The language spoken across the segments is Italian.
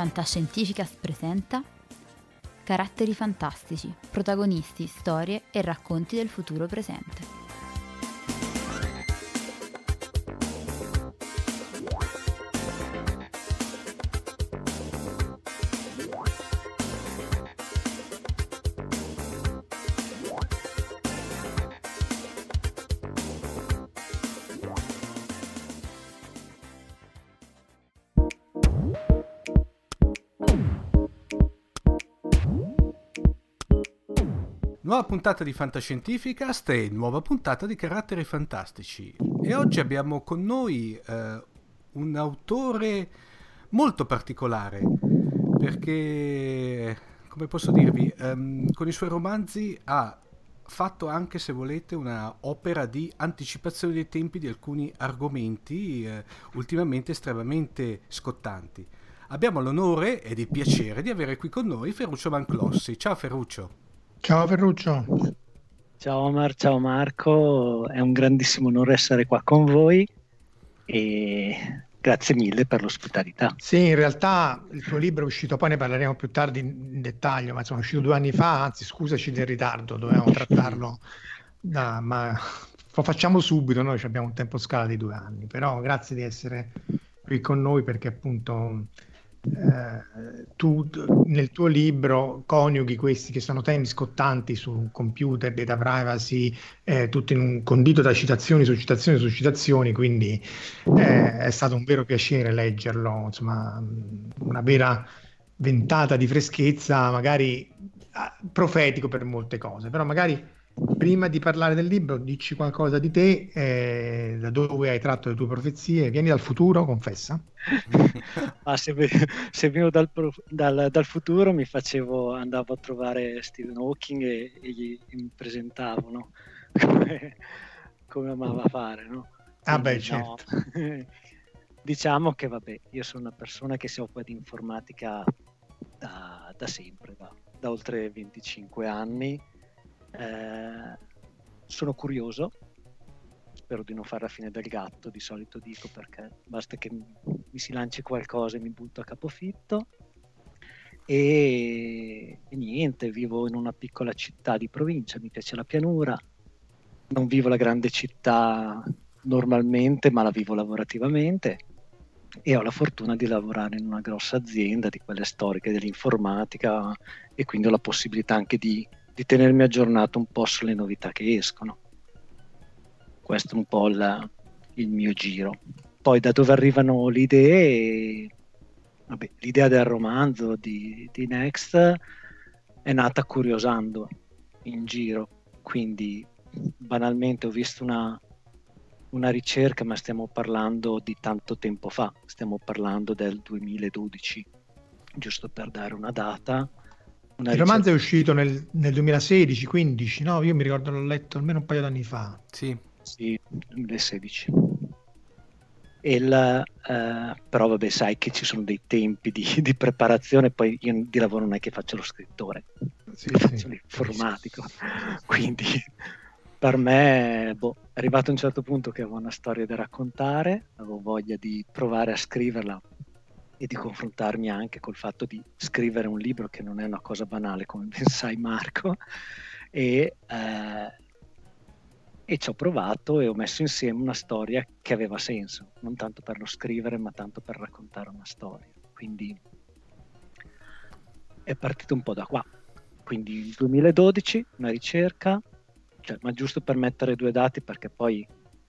Fantascientificast presenta Caratteri fantastici, protagonisti, storie e racconti del futuro presente. Nuova puntata di Fantascientificast e nuova puntata di Caratteri fantastici. E oggi abbiamo con noi un autore molto particolare, perché, come posso dirvi, con i suoi romanzi ha fatto anche, se volete, una opera di anticipazione dei tempi di alcuni argomenti ultimamente estremamente scottanti. Abbiamo l'onore ed il piacere di avere qui con noi Ferruccio Manclossi. Ciao Ferruccio. Ciao Ferruccio. Ciao Omar, ciao Marco, è un grandissimo onore essere qua con voi e grazie mille per l'ospitalità. Sì, in realtà il tuo libro è uscito, poi ne parleremo più tardi in dettaglio, ma insomma è uscito 2 anni fa, anzi scusaci del ritardo, dovevamo trattarlo, ma lo facciamo subito, noi abbiamo un tempo scala di 2 anni, però grazie di essere qui con noi perché appunto tu nel tuo libro coniughi questi che sono temi scottanti su computer, data privacy, tutto in un condito da citazioni su citazioni su citazioni, quindi è stato un vero piacere leggerlo, insomma una vera ventata di freschezza, magari profetico per molte cose, però magari prima di parlare del libro dici qualcosa di te, da dove hai tratto le tue profezie, vieni dal futuro, confessa? Se venivo dal futuro andavo a trovare Stephen Hawking e gli mi presentavo, no? come amava fare, no? Quindi, certo. No. Diciamo che io sono una persona che si occupa di informatica da sempre, da oltre 25 anni. Sono curioso, spero di non fare la fine del gatto, di solito dico, perché basta che mi si lanci qualcosa e mi butto a capofitto e niente, vivo in una piccola città di provincia, mi piace la pianura, non vivo la grande città normalmente, ma la vivo lavorativamente e ho la fortuna di lavorare in una grossa azienda di quelle storiche dell'informatica e quindi ho la possibilità anche di tenermi aggiornato un po' sulle novità che escono. Questo è un po' il mio giro. Poi da dove arrivano le idee? L'idea del romanzo di Next è nata curiosando in giro, quindi banalmente ho visto una ricerca, ma stiamo parlando di tanto tempo fa, stiamo parlando del 2012, giusto per dare una data. Il romanzo è uscito nel 2016-15, no? Io mi ricordo, l'ho letto almeno un paio d'anni fa. Sì, 2016. Però sai che ci sono dei tempi di preparazione, poi io di lavoro non è che faccio lo scrittore, faccio l'informatico, quindi per me è arrivato a un certo punto che avevo una storia da raccontare, avevo voglia di provare a scriverla e di confrontarmi anche col fatto di scrivere un libro, che non è una cosa banale, come ben sai Marco, e ci ho provato e ho messo insieme una storia che aveva senso, non tanto per lo scrivere ma tanto per raccontare una storia, quindi è partito un po' da qua. Quindi il 2012 una ricerca, ma giusto per mettere 2 dati perché poi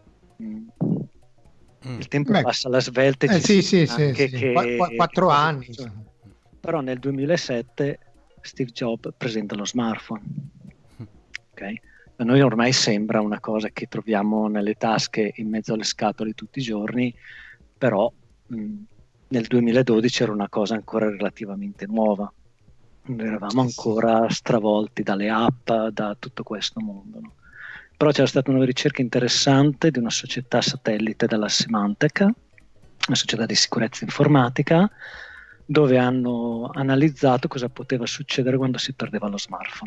il tempo passa alla svelta e sì. 4 anni. Però nel 2007 Steve Jobs presenta lo smartphone. Ok? A noi ormai sembra una cosa che troviamo nelle tasche in mezzo alle scatole tutti i giorni, però nel 2012 era una cosa ancora relativamente nuova. Eravamo ancora stravolti dalle app, da tutto questo mondo, no? Però c'era stata una ricerca interessante di una società satellite della Symantec, una società di sicurezza informatica, dove hanno analizzato cosa poteva succedere quando si perdeva lo smartphone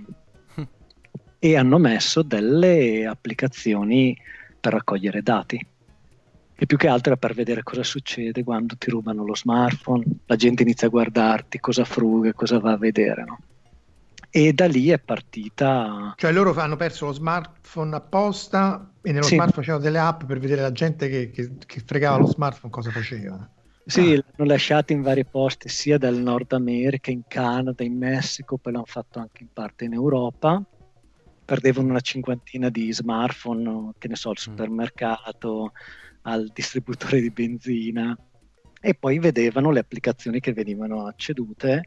e hanno messo delle applicazioni per raccogliere dati. E più che altro è per vedere cosa succede quando ti rubano lo smartphone, la gente inizia a guardarti, cosa fruga, cosa va a vedere, no? E da lì è partita... Cioè loro hanno perso lo smartphone apposta e nello Sì. smartphone c'erano delle app per vedere la gente che fregava lo smartphone cosa faceva. Sì, l'hanno lasciato in vari posti, sia dal Nord America, in Canada, in Messico, poi l'hanno fatto anche in parte in Europa. Perdevano una cinquantina di smartphone, che ne so, al supermercato, al distributore di benzina, e poi vedevano le applicazioni che venivano accedute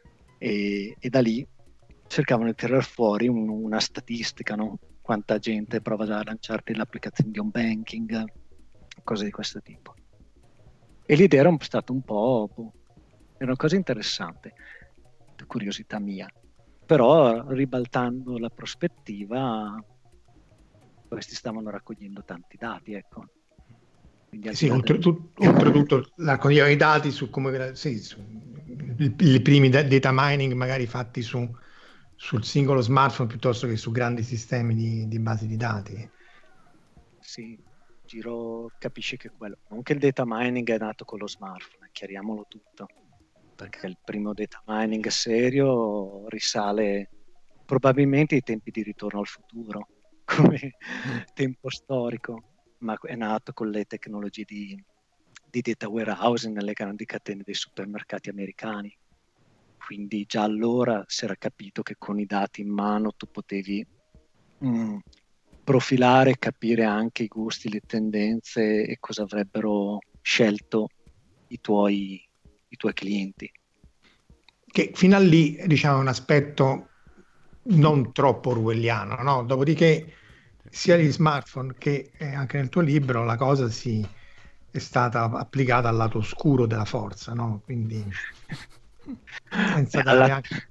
e da lì cercavano di tirare fuori una statistica, no? Quanta gente prova a lanciarti l'applicazione di home banking, cose di questo tipo. E l'idea era stata un po'... era una cosa interessante, curiosità mia. Però ribaltando la prospettiva, questi stavano raccogliendo tanti dati, ecco. Quindi sì, oltretutto raccoglievano i dati su come i primi data mining magari fatti sul singolo smartphone piuttosto che su grandi sistemi di basi di dati. Sì, Giro capisce che quello, non che il data mining è nato con lo smartphone, chiariamolo tutto, perché il primo data mining serio risale probabilmente ai tempi di Ritorno al futuro, come tempo storico, ma è nato con le tecnologie di data warehousing nelle grandi catene dei supermercati americani. Quindi già allora si era capito che con i dati in mano tu potevi profilare, capire anche i gusti, le tendenze e cosa avrebbero scelto i tuoi clienti. Che fino a lì, diciamo, è un aspetto non troppo orwelliano, no? Dopodiché sia gli smartphone che anche nel tuo libro la cosa è stata applicata al lato oscuro della forza, no? Quindi senza dare anche...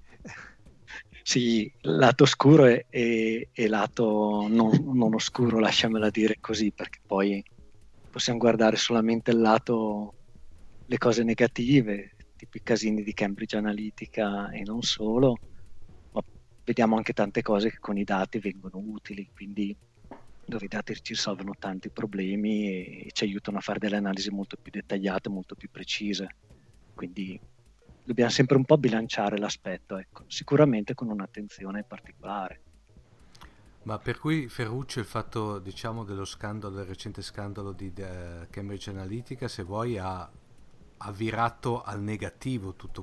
Sì, lato oscuro e lato non oscuro, lasciamela dire così, perché poi possiamo guardare solamente il lato, le cose negative, tipo i casini di Cambridge Analytica e non solo, ma vediamo anche tante cose che con i dati vengono utili, quindi dove i dati ci risolvono tanti problemi e ci aiutano a fare delle analisi molto più dettagliate, molto più precise. Quindi dobbiamo sempre un po' bilanciare l'aspetto, ecco, sicuramente con un'attenzione particolare. Ma per cui Ferruccio, il fatto, diciamo, del recente scandalo di Cambridge Analytica, se vuoi, ha virato al negativo tutto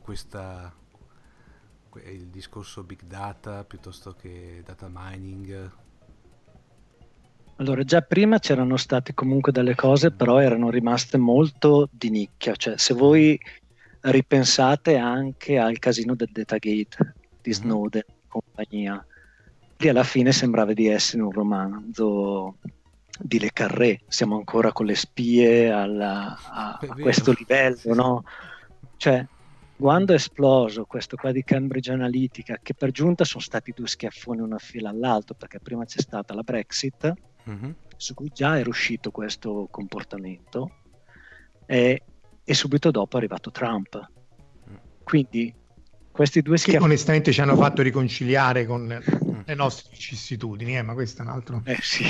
il discorso big data piuttosto che data mining? Allora, già prima c'erano state comunque delle cose, però erano rimaste molto di nicchia, cioè se voi ripensate anche al casino del Datagate di Snowden e compagnia, lì alla fine sembrava di essere un romanzo di Le Carré, siamo ancora con le spie a questo livello, no? Cioè, quando è esploso questo qua di Cambridge Analytica, che per giunta sono stati 2 schiaffoni una fila all'altro, perché prima c'è stata la Brexit, su cui già era uscito questo comportamento, e subito dopo è arrivato Trump. Quindi questi 2 schiaffoni... Che onestamente ci hanno fatto riconciliare con le nostre vicissitudini, ma questo è un altro... sì.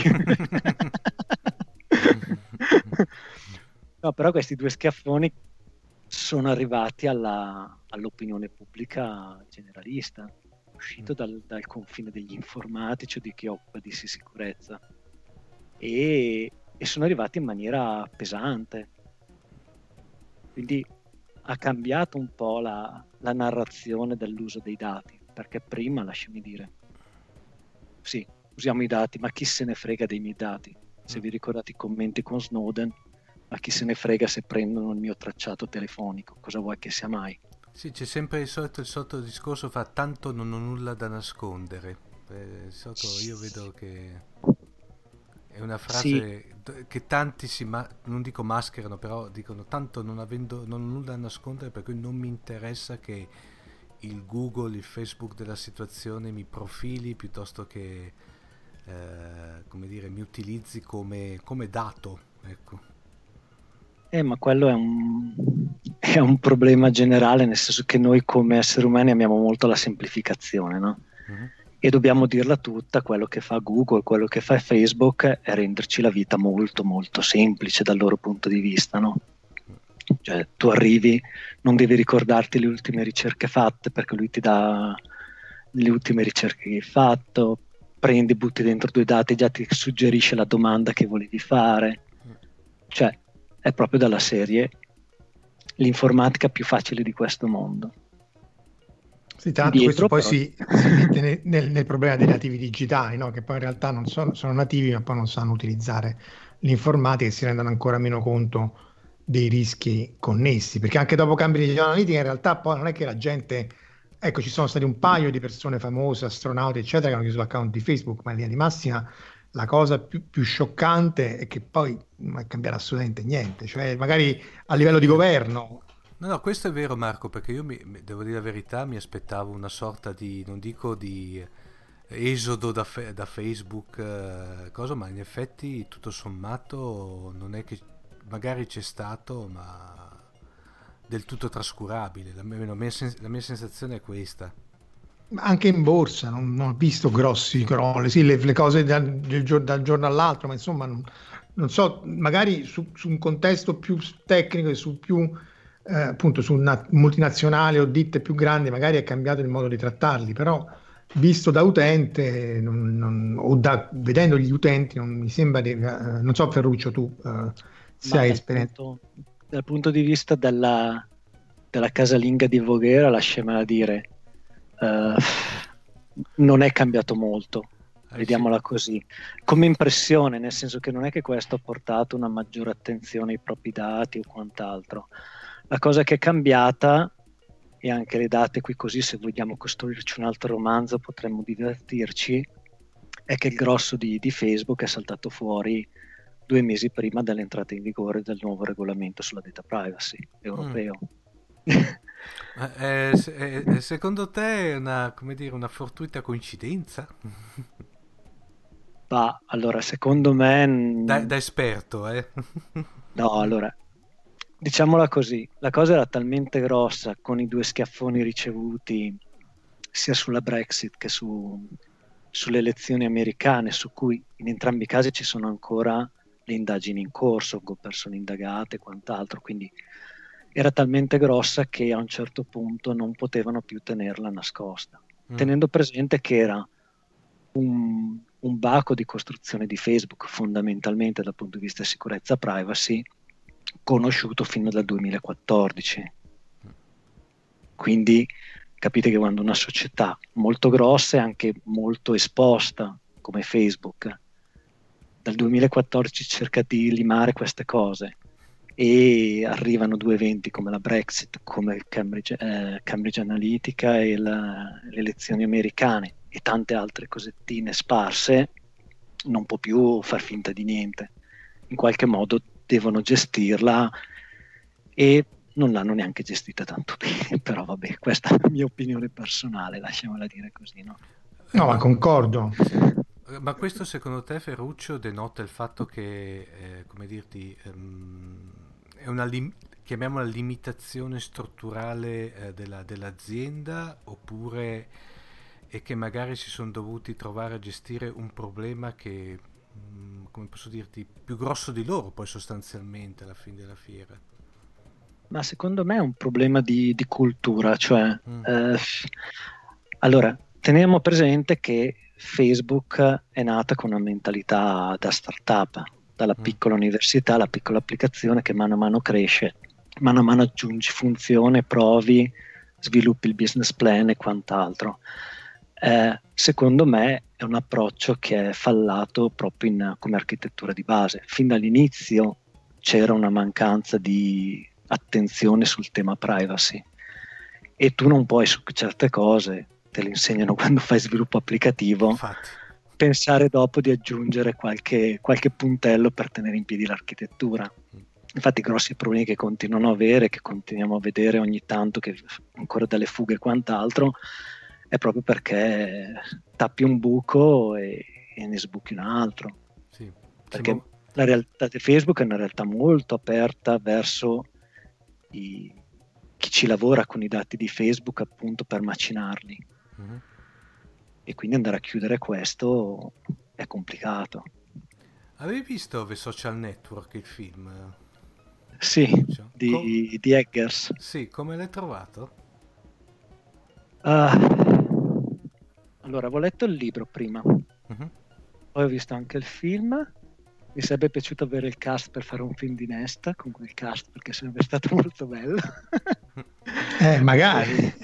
No, però questi 2 schiaffoni sono arrivati all'opinione pubblica generalista, uscito dal confine degli informatici o di chi occupa di sicurezza, e sono arrivati in maniera pesante. Quindi ha cambiato un po' la narrazione dell'uso dei dati, perché prima, lasciami dire, sì, usiamo i dati, ma chi se ne frega dei miei dati? Se vi ricordate i commenti con Snowden, ma chi se ne frega se prendono il mio tracciato telefonico, cosa vuoi che sia mai? Sì, c'è sempre il sotto discorso fa tanto non ho nulla da nascondere. Io vedo che è una frase che tanti non dico mascherano, però dicono tanto non ho nulla da nascondere, per cui non mi interessa che il Google, il Facebook della situazione mi profili piuttosto che come dire, mi utilizzi come dato, ecco. Ma quello è un problema generale, nel senso che noi come esseri umani amiamo molto la semplificazione, no? E dobbiamo dirla tutta, quello che fa Google, quello che fa Facebook è renderci la vita molto molto semplice dal loro punto di vista, no? Cioè tu arrivi, non devi ricordarti le ultime ricerche fatte perché lui ti dà le ultime ricerche che hai fatto, prendi, butti dentro 2 dati, già ti suggerisce la domanda che volevi fare. Cioè è proprio dalla serie l'informatica più facile di questo mondo. Sì, tanto questo poi si mette nel problema dei nativi digitali, no? Che poi in realtà non sono nativi ma poi non sanno utilizzare l'informatica e si rendono ancora meno conto dei rischi connessi, perché anche dopo Cambridge Analytica in realtà poi non è che la gente, ecco, ci sono stati un paio di persone famose, astronauti eccetera, che hanno chiuso l'account di Facebook, ma in linea di massima la cosa più scioccante è che poi non è cambiato assolutamente niente, cioè magari a livello di governo. No, questo è vero, Marco, perché io devo dire la verità, mi aspettavo una sorta di, non dico di esodo da Facebook, cosa, ma in effetti tutto sommato non è che magari c'è stato, ma del tutto trascurabile. La mia sensazione è questa. Anche in borsa non ho visto grossi crolli, sì, le cose dal giorno all'altro, ma insomma non so, magari su un contesto più tecnico e su più appunto su una multinazionale o ditte più grandi magari è cambiato il modo di trattarli, però visto da utente vedendo gli utenti non mi sembra non so Ferruccio, tu se hai esperienza dal punto di vista della casalinga di Voghera, lasciamela dire, non è cambiato molto, vediamola così, come impressione, nel senso che non è che questo ha portato una maggiore attenzione ai propri dati o quant'altro. La cosa che è cambiata, e anche le date qui così, se vogliamo costruirci un altro romanzo potremmo divertirci, è che il grosso di Facebook è saltato fuori 2 mesi prima dell'entrata in vigore del nuovo regolamento sulla data privacy europeo. Secondo te è una fortuita coincidenza? Ma allora, secondo me... Da esperto, No, allora, diciamola così, la cosa era talmente grossa con i 2 schiaffoni ricevuti sia sulla Brexit che sulle elezioni americane, su cui in entrambi i casi ci sono ancora le indagini in corso, con persone indagate e quant'altro, quindi era talmente grossa che a un certo punto non potevano più tenerla nascosta, tenendo presente che era un baco di costruzione di Facebook fondamentalmente dal punto di vista di sicurezza privacy conosciuto fino dal 2014. Quindi capite che quando una società molto grossa e anche molto esposta come Facebook dal 2014 cerca di limare queste cose e arrivano 2 eventi come la Brexit, come il Cambridge Analytica e le elezioni americane e tante altre cosettine sparse, non può più far finta di niente, in qualche modo devono gestirla e non l'hanno neanche gestita tanto bene, però vabbè, questa è la mia opinione personale, lasciamola dire così, no? No, ma concordo. Ma questo secondo te, Ferruccio, denota il fatto che, come dirti, è una chiamiamola limitazione strutturale dell'azienda, oppure è che magari si sono dovuti trovare a gestire un problema che, come posso dirti, più grosso di loro poi sostanzialmente alla fine della fiera? Ma secondo me è un problema di cultura, cioè allora teniamo presente che Facebook è nata con una mentalità da startup, dalla piccola università, la piccola applicazione che mano a mano cresce, mano a mano aggiungi funzione, provi, sviluppi il business plan e quant'altro. Secondo me è un approccio che è fallato proprio come architettura di base. Fin dall'inizio c'era una mancanza di attenzione sul tema privacy e tu non puoi su certe cose, te le insegnano quando fai sviluppo applicativo. Infatti, pensare dopo di aggiungere qualche puntello per tenere in piedi l'architettura. Infatti i grossi problemi che continuano a avere, che continuiamo a vedere ogni tanto, che ancora dalle fughe e quant'altro, è proprio perché tappi un buco e ne sbuchi un altro. Sì. Perché la realtà di Facebook è una realtà molto aperta verso chi ci lavora con i dati di Facebook, appunto, per macinarli. e quindi andare a chiudere questo è complicato. Avevi visto The Social Network, il film? Sì, di Eggers. Sì, come l'hai trovato? Allora, avevo letto il libro prima, Uh-huh. poi ho visto anche il film. Mi sarebbe piaciuto avere il cast per fare un film di Nesta con quel cast, perché sarebbe stato molto bello. Magari.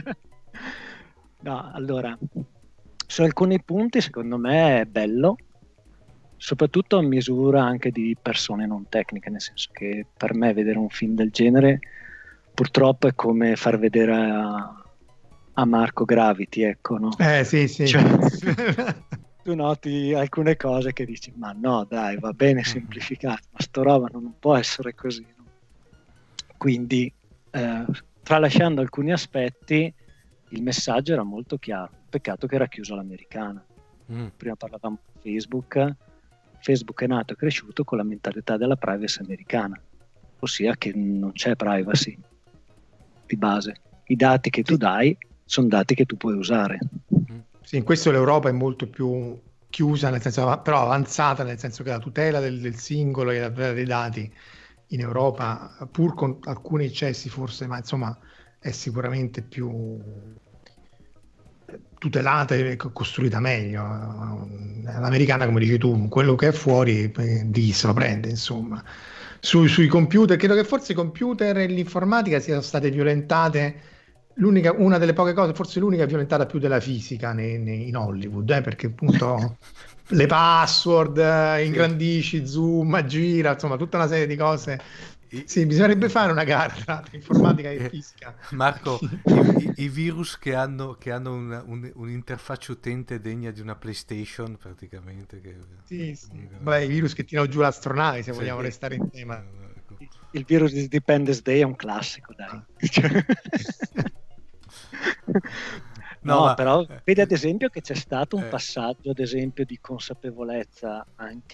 No, allora, su alcuni punti secondo me è bello, soprattutto a misura anche di persone non tecniche, nel senso che per me vedere un film del genere purtroppo è come far vedere a Marco Gravity, ecco, no? Sì. Cioè, tu noti alcune cose che dici, ma no, dai, va bene semplificato, ma sto roba non può essere così, no? Quindi, tralasciando alcuni aspetti, il messaggio era molto chiaro. Peccato che era chiuso all'americana. Prima parlavamo di Facebook. Facebook è nato e cresciuto con la mentalità della privacy americana, ossia che non c'è privacy di base. I dati che tu dai sono dati che tu puoi usare. Sì, in questo l'Europa è molto più chiusa, nel senso, però avanzata, nel senso che la tutela del singolo e la tutela dei dati in Europa, pur con alcuni eccessi forse, ma insomma è sicuramente più tutelata e costruita meglio. L'americana, come dici tu, quello che è fuori di chi se lo prende, insomma. Sui computer, credo che forse i computer e l'informatica siano state violentate, una delle poche cose, forse l'unica violentata più della fisica in Hollywood, perché appunto le password, ingrandisci, zoom, gira, insomma tutta una serie di cose. Sì, bisognerebbe fare una gara tra informatica e fisica. Marco, i virus che hanno un'interfaccia utente degna di una PlayStation, praticamente. Sì. Beh, i virus che tirano giù l'astronave, se vogliamo restare in tema. Il virus di Independence Day è un classico, dai. No, però vedi ad esempio che c'è stato un passaggio, ad esempio, di consapevolezza anche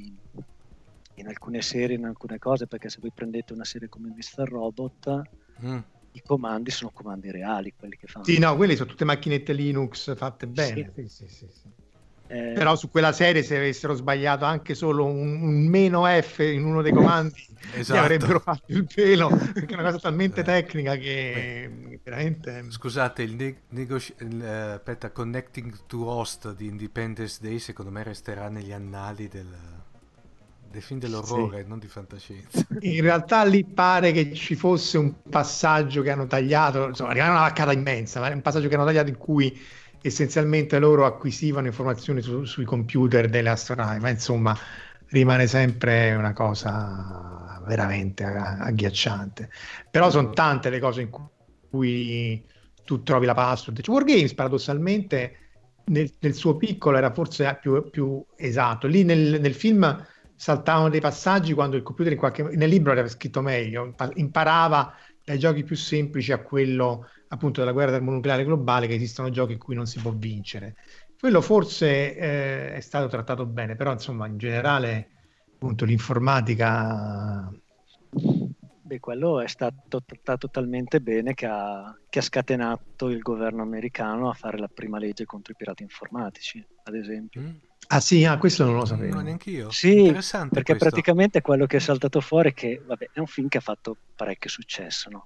in alcune serie, in alcune cose, perché se voi prendete una serie come Mr. Robot, i comandi sono comandi reali, quelli che fanno. Sì, no, quelli sono tutte macchinette Linux fatte bene. Sì. Però su quella serie, se avessero sbagliato anche solo un meno F in uno dei comandi, esatto, gli avrebbero fatto il pelo, perché è una cosa talmente tecnica che veramente... Scusate, aspetta, Connecting to Host di Independence Day secondo me resterà negli annali del film dell'orrore, non di fantascienza. In realtà lì pare che ci fosse un passaggio che hanno tagliato, insomma, rimane una vaccata immensa, ma è un passaggio che hanno tagliato in cui essenzialmente loro acquisivano informazioni sui computer delle astronavi, ma insomma rimane sempre una cosa veramente agghiacciante. Però sono tante le cose in cui tu trovi la password. Wargames paradossalmente nel suo piccolo era forse più esatto. Lì nel film saltavano dei passaggi quando il computer nel libro era scritto meglio, imparava dai giochi più semplici a quello appunto della guerra termonucleare globale, che esistono giochi in cui non si può vincere. Quello forse è stato trattato bene, però insomma in generale appunto l'informatica... Beh, quello è stato trattato talmente bene che ha scatenato il governo americano a fare la prima legge contro i pirati informatici, ad esempio. Ah sì, questo non lo sapevo. Non neanche io. Sì, interessante perché questo. Praticamente quello che è saltato fuori è che, vabbè, è un film che ha fatto parecchio successo, no?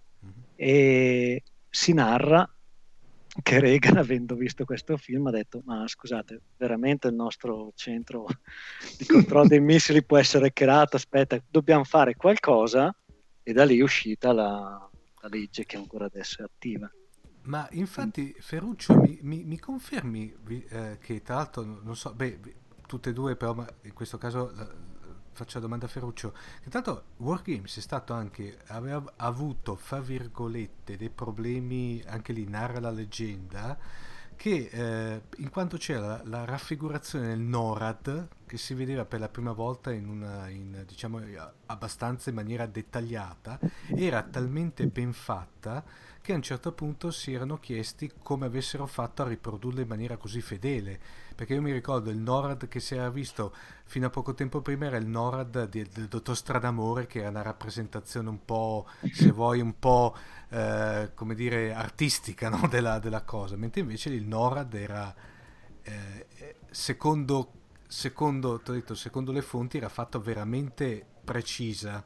E si narra che Reagan, avendo visto questo film, ha detto: ma scusate, veramente il nostro centro di controllo dei missili può essere hackerato? Aspetta, dobbiamo fare qualcosa. E da lì è uscita la legge che ancora adesso è attiva. Ma infatti, Ferruccio, mi confermi che tra l'altro, non so, tutte e due, però ma in questo caso faccio la domanda a Ferruccio, che tanto Wargames è stato anche, aveva avuto, fra virgolette, dei problemi, anche lì narra la leggenda, che in quanto c'era la raffigurazione del NORAD, che si vedeva per la prima volta diciamo abbastanza in maniera dettagliata, era talmente ben fatta che a un certo punto si erano chiesti come avessero fatto a riprodurla in maniera così fedele, perché io mi ricordo il NORAD che si era visto fino a poco tempo prima era il NORAD del dottor Stradamore, che era una rappresentazione un po', se vuoi, un po' come dire artistica, no? della cosa, mentre invece il NORAD era secondo le fonti era fatta veramente precisa.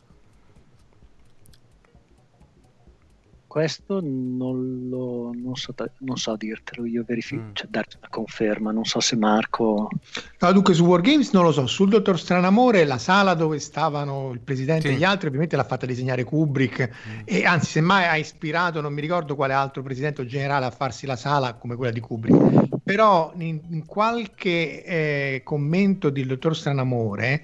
Questo non so dirtelo, io cioè darti una conferma, non so se Marco... No, dunque su Wargames non lo so, sul Dottor Stranamore la sala dove stavano il presidente e gli altri ovviamente l'ha fatta disegnare Kubrick e anzi semmai ha ispirato, non mi ricordo quale altro presidente o generale a farsi la sala come quella di Kubrick, però in qualche commento di Dottor Stranamore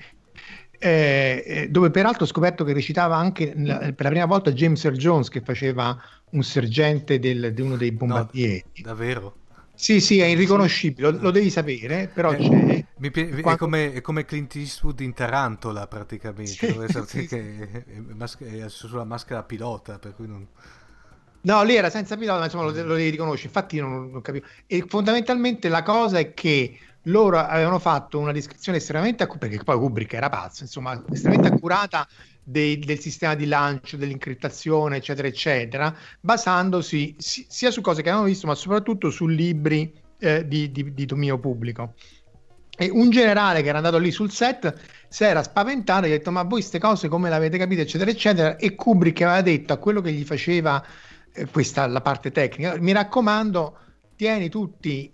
dove peraltro ho scoperto che recitava anche per la prima volta James Earl Jones, che faceva un sergente di uno dei bombardieri. No, davvero? Sì, è irriconoscibile, lo devi sapere, però c'è. È come Clint Eastwood in Tarantola praticamente, dove che è sulla maschera pilota, per cui non... No, lì era senza pilota, ma insomma lo devi riconoscere, infatti non capivo. E fondamentalmente la cosa è che loro avevano fatto una descrizione estremamente perché poi Kubrick era pazzo, insomma, estremamente accurata del sistema di lancio, dell'incriptazione, eccetera, eccetera, basandosi sia su cose che avevano visto, ma soprattutto su libri di dominio pubblico. E un generale che era andato lì sul set si era spaventato e ha detto: ma voi queste cose come le avete capite, eccetera, eccetera, e Kubrick aveva detto a quello che gli faceva questa la parte tecnica: mi raccomando, tieni tutti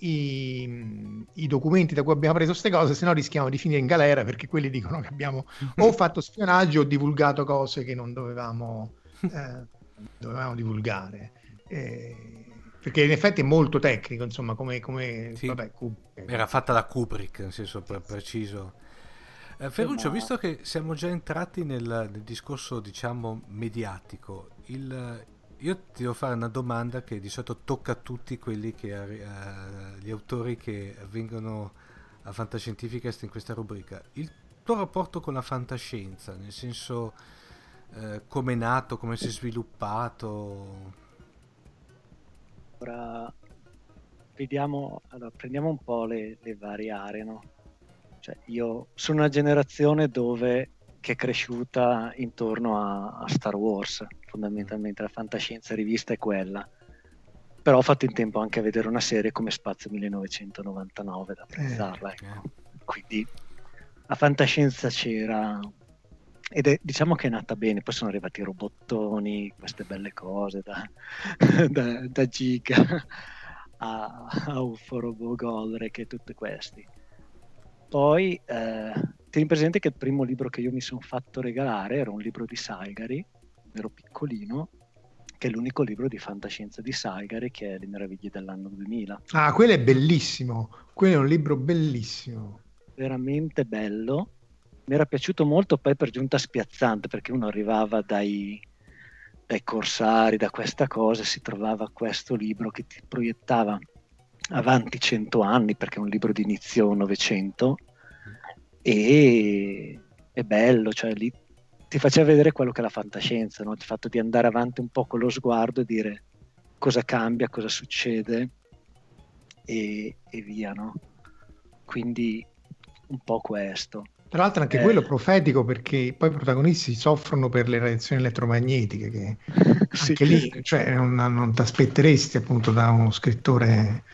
i documenti da cui abbiamo preso queste cose, se no rischiamo di finire in galera, perché quelli dicono che abbiamo o fatto spionaggio o divulgato cose che non dovevamo divulgare, perché in effetti è molto tecnico, insomma, come sì, vabbè, Kubrick. Era fatta da Kubrick, nel senso preciso. Ferruccio, visto che siamo già entrati nel discorso, diciamo, mediatico, io ti devo fare una domanda che di solito tocca a tutti quelli gli autori che vengono a Fantascientificast in questa rubrica. Il tuo rapporto con la fantascienza, nel senso, come è nato, come si è sviluppato? Ora vediamo, prendiamo un po' le varie aree, no? Cioè, io sono una generazione che è cresciuta intorno a Star Wars, fondamentalmente la fantascienza rivista è quella, però ho fatto in tempo anche a vedere una serie come Spazio 1999 da apprezzarla, ecco. Quindi la fantascienza c'era ed diciamo che è nata bene, poi sono arrivati i robottoni, queste belle cose da Giga a UFO, Robo Goldrake e tutti questi. Poi tieni presente che il primo libro che io mi sono fatto regalare era un libro di Salgari, ero piccolino, che è l'unico libro di fantascienza di Salgari, che è Le meraviglie dell'anno 2000. Ah, quello è bellissimo, quello è un libro bellissimo. Veramente bello, mi era piaciuto molto, poi per giunta spiazzante, perché uno arrivava dai corsari, da questa cosa, si trovava questo libro che ti proiettava avanti 100 anni, perché è un libro di inizio Novecento, e è bello, cioè lì ti faceva vedere quello che è la fantascienza, no? Il fatto di andare avanti un po' con lo sguardo e dire cosa cambia, cosa succede e via, no? Quindi un po' questo. Tra l'altro anche quello profetico, perché poi i protagonisti soffrono per le radiazioni elettromagnetiche, che sì. Anche lì, cioè, non ti aspetteresti appunto da uno scrittore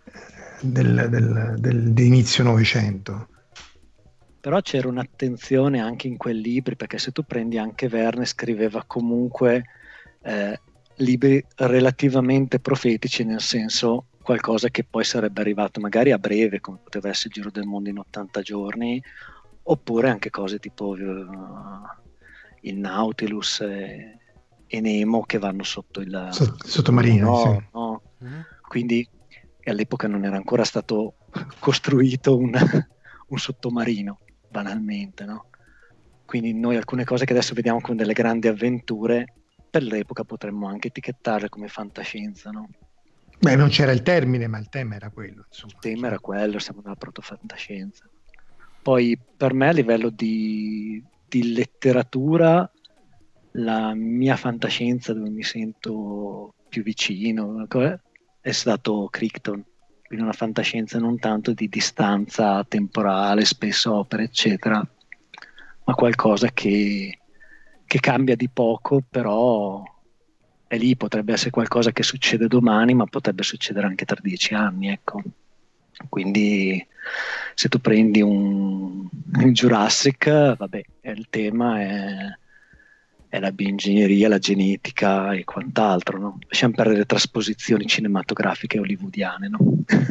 di inizio Novecento. Però c'era un'attenzione anche in quei libri, perché se tu prendi anche Verne, scriveva comunque libri relativamente profetici, nel senso qualcosa che poi sarebbe arrivato magari a breve, come poteva essere Il giro del mondo in 80 giorni, oppure anche cose tipo il Nautilus e Nemo che vanno sotto il sottomarino, sì. No. Quindi all'epoca non era ancora stato costruito un sottomarino, banalmente, no? Quindi noi alcune cose che adesso vediamo come delle grandi avventure, per l'epoca potremmo anche etichettarle come fantascienza, no? Beh, non c'era il termine, ma il tema era quello, insomma. Il tema era quello, siamo nella protofantascienza. Poi per me a livello di letteratura, la mia fantascienza dove mi sento più vicino è stato Crichton, quindi una fantascienza non tanto di distanza temporale, spesso opere eccetera, ma qualcosa che cambia di poco, però è lì, potrebbe essere qualcosa che succede domani, ma potrebbe succedere anche tra 10 anni, ecco. Quindi se tu prendi un Jurassic, vabbè, il tema è la bioingegneria, la genetica e quant'altro, no? Lasciamo perdere le trasposizioni cinematografiche hollywoodiane, no?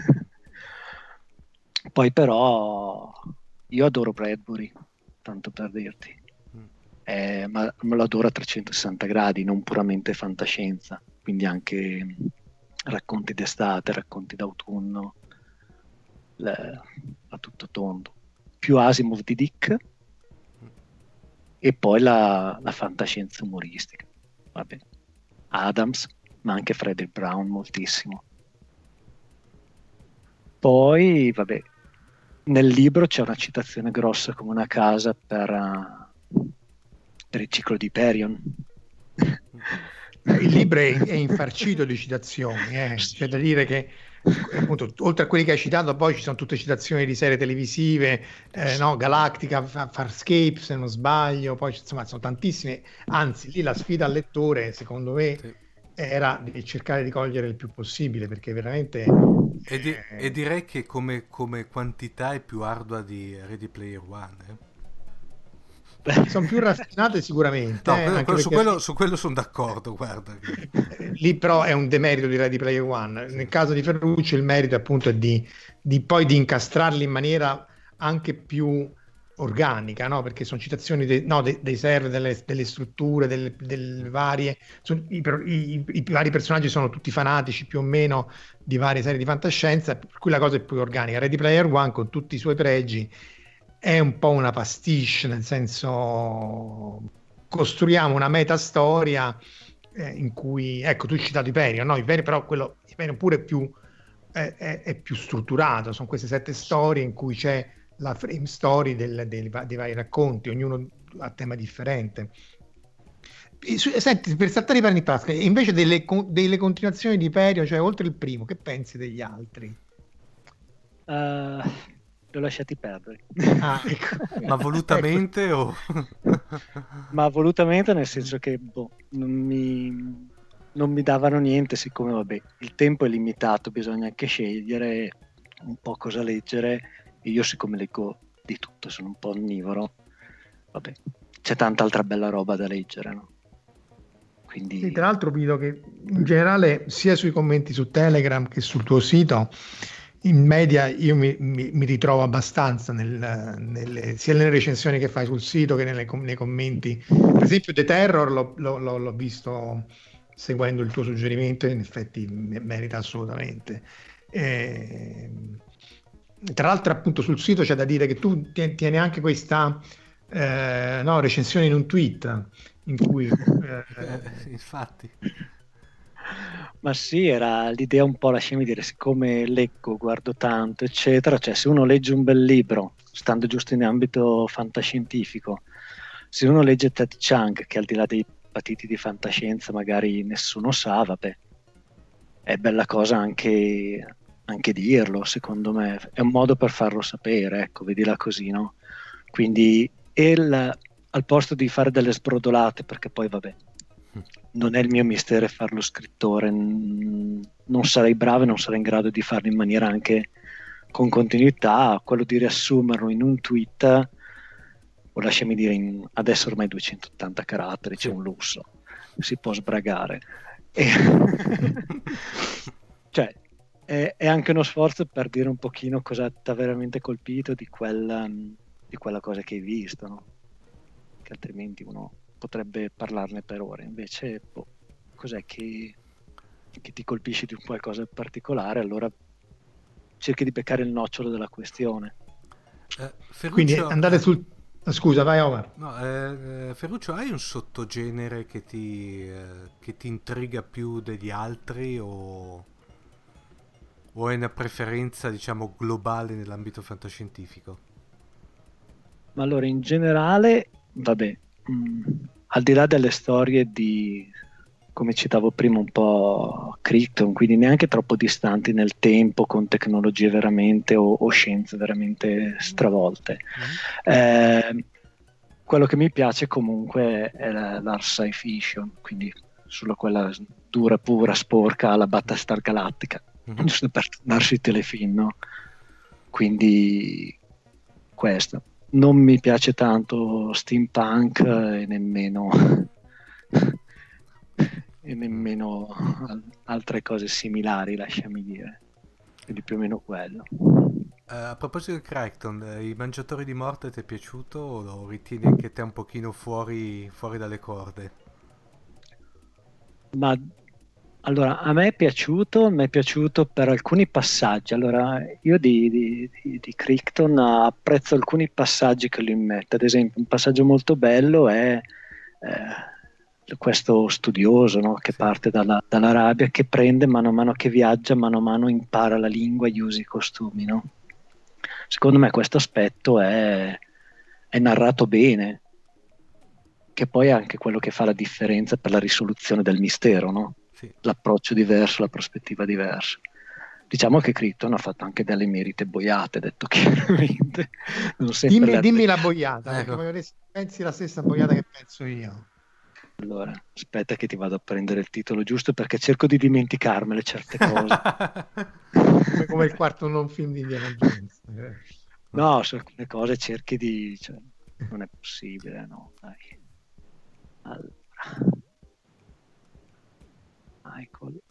Poi però io adoro Bradbury, tanto per dirti, ma lo adoro a 360 gradi, non puramente fantascienza, quindi anche racconti d'estate, racconti d'autunno, a tutto tondo. Più Asimov di Dick e poi la fantascienza umoristica. Vabbè. Adams, ma anche Frederick Brown moltissimo. Poi, vabbè, nel libro c'è una citazione grossa come una casa per il ciclo di Hyperion. Il libro è infarcito di citazioni, c'è da dire che appunto, oltre a quelli che hai citato, poi ci sono tutte citazioni di serie televisive, no? Galactica, Farscape se non sbaglio, poi insomma sono tantissime, anzi lì la sfida al lettore secondo me era di cercare di cogliere il più possibile, perché veramente e direi che come quantità è più ardua di Ready Player One, sono più raffinate sicuramente, no, su quello sono d'accordo, guarda. Lì però è un demerito di Ready Player One. Nel caso di Ferruccio il merito appunto è di poi di incastrarli in maniera anche più organica, no? Perché sono citazioni dei server, delle strutture, delle varie i vari personaggi sono tutti fanatici più o meno di varie serie di fantascienza, per cui la cosa è più organica. Ready Player One, con tutti i suoi pregi, è un po' una pastiche, nel senso costruiamo una metastoria in cui, ecco, tu hai citato Hyperion, no? Però Hyperion pure è più strutturato, sono queste 7 storie in cui c'è la frame story dei vari racconti, ognuno a tema differente. Senti, per saltare i panni in tasca, invece delle continuazioni di Hyperion, cioè oltre il primo, che pensi degli altri? Li ho lasciati perdere. Ecco. Ma volutamente o? Ma volutamente, nel senso che non mi davano niente, siccome vabbè, il tempo è limitato, bisogna anche scegliere un po' cosa leggere, e io siccome leggo di tutto, sono un po' onnivoro, vabbè, c'è tanta altra bella roba da leggere, no? Quindi... Sì, tra l'altro vedo che in generale sia sui commenti su Telegram che sul tuo sito, in media io mi ritrovo abbastanza sia nelle recensioni che fai sul sito che nei commenti. Per esempio The Terror l'ho visto seguendo il tuo suggerimento, e in effetti merita assolutamente. Tra l'altro appunto sul sito c'è da dire che tu tieni anche questa recensione in un tweet in cui infatti. Ma sì, era l'idea un po', lasciami dire, siccome leggo, guardo tanto, eccetera, cioè se uno legge un bel libro, stando giusto in ambito fantascientifico, se uno legge Ted Chiang, che al di là dei patiti di fantascienza magari nessuno sa, vabbè, è bella cosa anche dirlo, secondo me, è un modo per farlo sapere, ecco, vedila così, no? Quindi al posto di fare delle sbrodolate, perché poi vabbè, non è il mio mestiere fare lo scrittore, non sarei bravo e non sarei in grado di farlo in maniera anche con continuità, quello di riassumerlo in un tweet, o lasciami dire adesso ormai 280 caratteri, c'è un lusso, si può sbragare cioè è anche uno sforzo per dire un pochino cosa ti ha veramente colpito di quella cosa che hai visto, no? Che altrimenti uno potrebbe parlarne per ore, invece cos'è che ti colpisce di un qualcosa in particolare, allora cerchi di beccare il nocciolo della questione. Ferruccio, quindi andate sul... Scusa, vai Omar. No, Ferruccio, hai un sottogenere che ti intriga più degli altri o hai una preferenza, diciamo, globale nell'ambito fantascientifico? Ma allora, in generale, vabbè, al di là delle storie di, come citavo prima, un po' Krypton, quindi neanche troppo distanti nel tempo, con tecnologie veramente o scienze veramente stravolte. Quello che mi piace comunque è l'art sci fiction, quindi sulla quella dura, pura, sporca, alla Battlestar Galactica, giusto per tornare sui telefilm, no? quindi questo. Non mi piace tanto steampunk e nemmeno altre cose similari, lasciami dire. Quindi più o meno quello. A proposito di Crichton, I Mangiatori di Morte ti è piaciuto o lo ritieni anche te un pochino fuori dalle corde? Ma allora, a me è piaciuto per alcuni passaggi. Allora, io di Crichton apprezzo alcuni passaggi che lui mette. Ad esempio, un passaggio molto bello è questo studioso, no? Che parte dall'Arabia, che prende mano a mano che viaggia, mano a mano impara la lingua e usa i costumi, no? Secondo me questo aspetto è narrato bene, che poi è anche quello che fa la differenza per la risoluzione del mistero, no? Sì. L'approccio diverso, la prospettiva diversa. Diciamo che Crichton ha fatto anche delle merite boiate, detto chiaramente. Non dimmi la boiata, ecco. Perché pensi la stessa boiata che penso io. Allora, aspetta che ti vado a prendere il titolo giusto, perché cerco di dimenticarmele certe cose. come il quarto non film di Indiana Jones. No, su alcune cose cerchi di... Cioè, non è possibile, no, dai. Allora. Michael.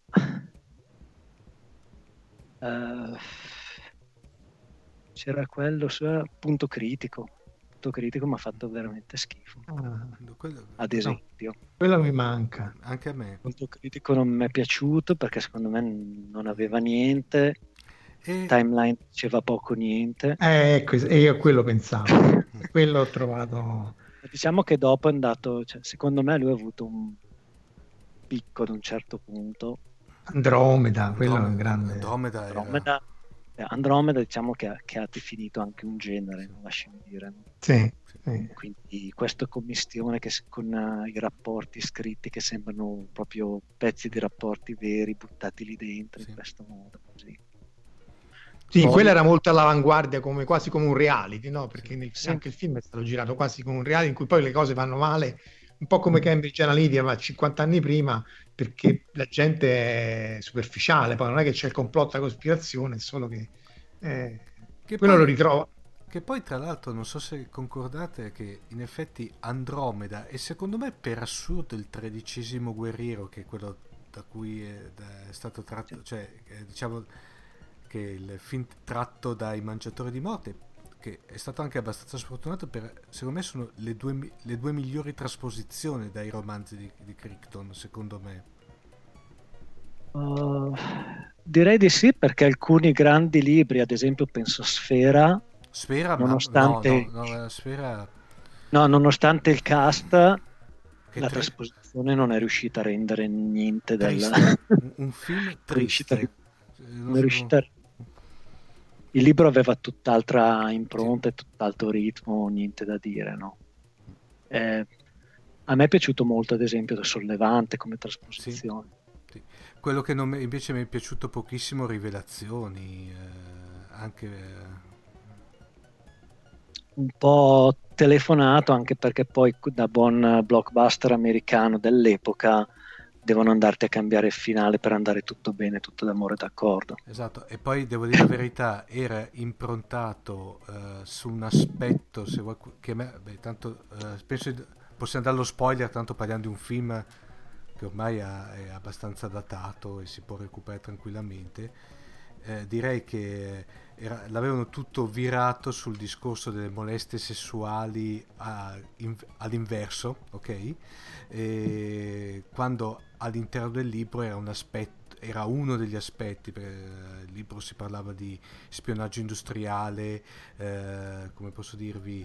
C'era quello su Punto Critico. Punto Critico mi ha fatto veramente schifo. Ad esempio. Quello mi manca. Anche a me. Punto Critico non mi è piaciuto perché secondo me non aveva niente. Timeline diceva poco niente. Ecco, e io quello pensavo. Quello ho trovato. Diciamo che dopo è andato, cioè, secondo me lui ha avuto un picco ad un certo punto. Andromeda, quello è un grande. Andromeda diciamo che ha definito anche un genere, non lasciami dire. No? Sì. Quindi questa commistione che con i rapporti scritti che sembrano proprio pezzi di rapporti veri buttati lì dentro in questo modo così. Sì, quello era molto all'avanguardia, quasi come un reality, no? Perché anche il film è stato girato quasi come un reality in cui poi le cose vanno male, un po' come Cambridge Analytica, ma 50 anni prima, perché la gente è superficiale, poi non è che c'è il complotto, la cospirazione, è solo che quello poi, lo ritrova. Che poi tra l'altro non so se concordate che in effetti Andromeda è secondo me per assurdo il 13° guerriero, che è quello da cui è stato tratto, cioè diciamo che il film tratto dai Mangiatori di Morte, che è stato anche abbastanza sfortunato, secondo me sono le due migliori trasposizioni dai romanzi di Crichton, secondo me. Direi di sì, perché alcuni grandi libri, ad esempio penso Sfera, nonostante Sfera, nonostante il cast, la trasposizione non è riuscita a rendere niente un film triste. Non è riuscita. Il libro aveva tutt'altra impronta e tutt'altro ritmo, niente da dire, no? A me è piaciuto molto, ad esempio, Sollevante come trasposizione. Sì. Quello che invece mi è piaciuto pochissimo, Rivelazioni, anche un po' telefonato, anche perché poi da buon blockbuster americano dell'epoca devono andarti a cambiare il finale per andare tutto bene, tutto d'amore d'accordo. Esatto, e poi devo dire la verità, era improntato su un aspetto che tanto penso possiamo dare lo spoiler, tanto parliamo di un film che ormai è abbastanza datato e si può recuperare tranquillamente. Direi che l'avevano tutto virato sul discorso delle molestie sessuali all'inverso, ok? Quando all'interno del libro era uno degli aspetti, il libro si parlava di spionaggio industriale, come posso dirvi,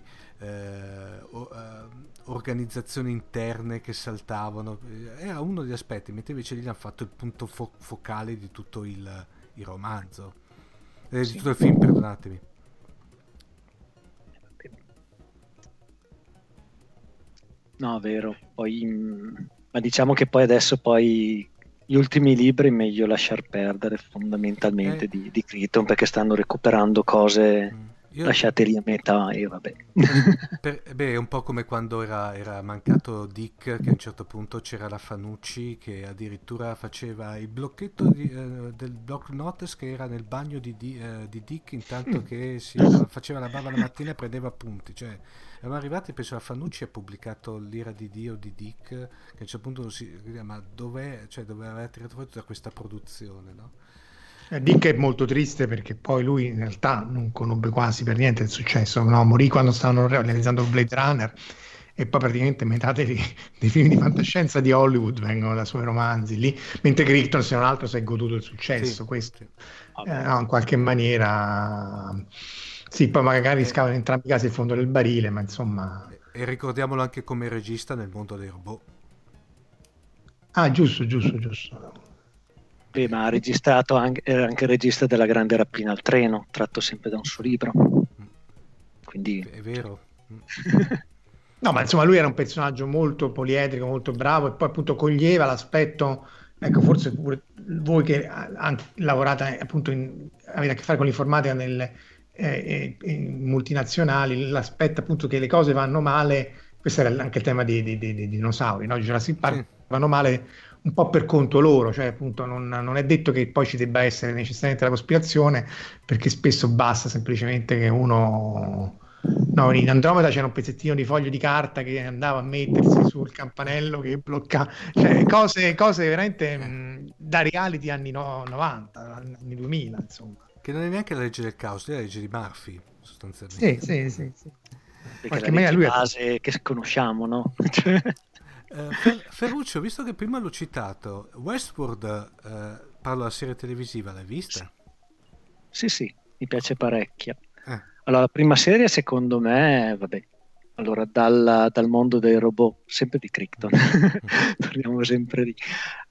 organizzazioni interne che saltavano, era uno degli aspetti, mentre invece lì hanno fatto il punto focale di tutto il romanzo, di tutto il film, perdonatemi. No, vero. Poi, ma diciamo che poi adesso gli ultimi libri è meglio lasciar perdere fondamentalmente di Crichton, perché stanno recuperando cose lasciate lì a metà e vabbè. È un po' come quando era mancato Dick, che a un certo punto c'era la Fanucci che addirittura faceva il blocchetto del block notes che era nel bagno di Dick intanto che faceva la bava la mattina e prendeva appunti. Cioè, eravamo arrivati, penso la Fanucci ha pubblicato l'ira di Dio di Dick, che a un certo punto non si ma dov'è? Cioè, dove aveva tirato fuori tutta questa produzione, no? Dick è molto triste perché poi lui in realtà non conobbe quasi per niente il successo, no? Morì quando stavano realizzando il Blade Runner e poi praticamente metà dei film di fantascienza di Hollywood vengono dai suoi romanzi lì, mentre Crichton se non altro si è goduto il successo, Sì. questo no, in qualche maniera sì, poi magari scavano in entrambi i casi il fondo del barile, ma insomma. E ricordiamolo anche come regista nel mondo dei robot. Ah, giusto. Beh, ma ha registrato era anche il regista della Grande rapina al treno, tratto sempre da un suo libro. Quindi è vero. No, ma insomma lui era un personaggio molto poliedrico, molto bravo e poi appunto coglieva l'aspetto, ecco, forse pure voi che anche lavorate appunto avete a che fare con l'informatica in multinazionali, l'aspetto appunto che le cose vanno male, questo era anche il tema di dinosauri, no? Jurassic Park, sì. Vanno male un po' per conto loro, cioè appunto non è detto che poi ci debba essere necessariamente la cospirazione, perché spesso basta semplicemente che uno... No, in Andromeda c'era un pezzettino di foglio di carta che andava a mettersi sul campanello che bloccava, cioè cose veramente da reality anni 90, anni 2000, insomma. Che non è neanche la legge del caos, è la legge di Murphy, sostanzialmente. Sì. Perché la legge base che conosciamo, no? Ferruccio, visto che prima l'ho citato, Westworld, parlo della serie televisiva, l'hai vista? Sì, mi piace parecchio. Allora, la prima serie secondo me, vabbè, allora dal mondo dei robot, sempre di Crichton, torniamo sempre lì.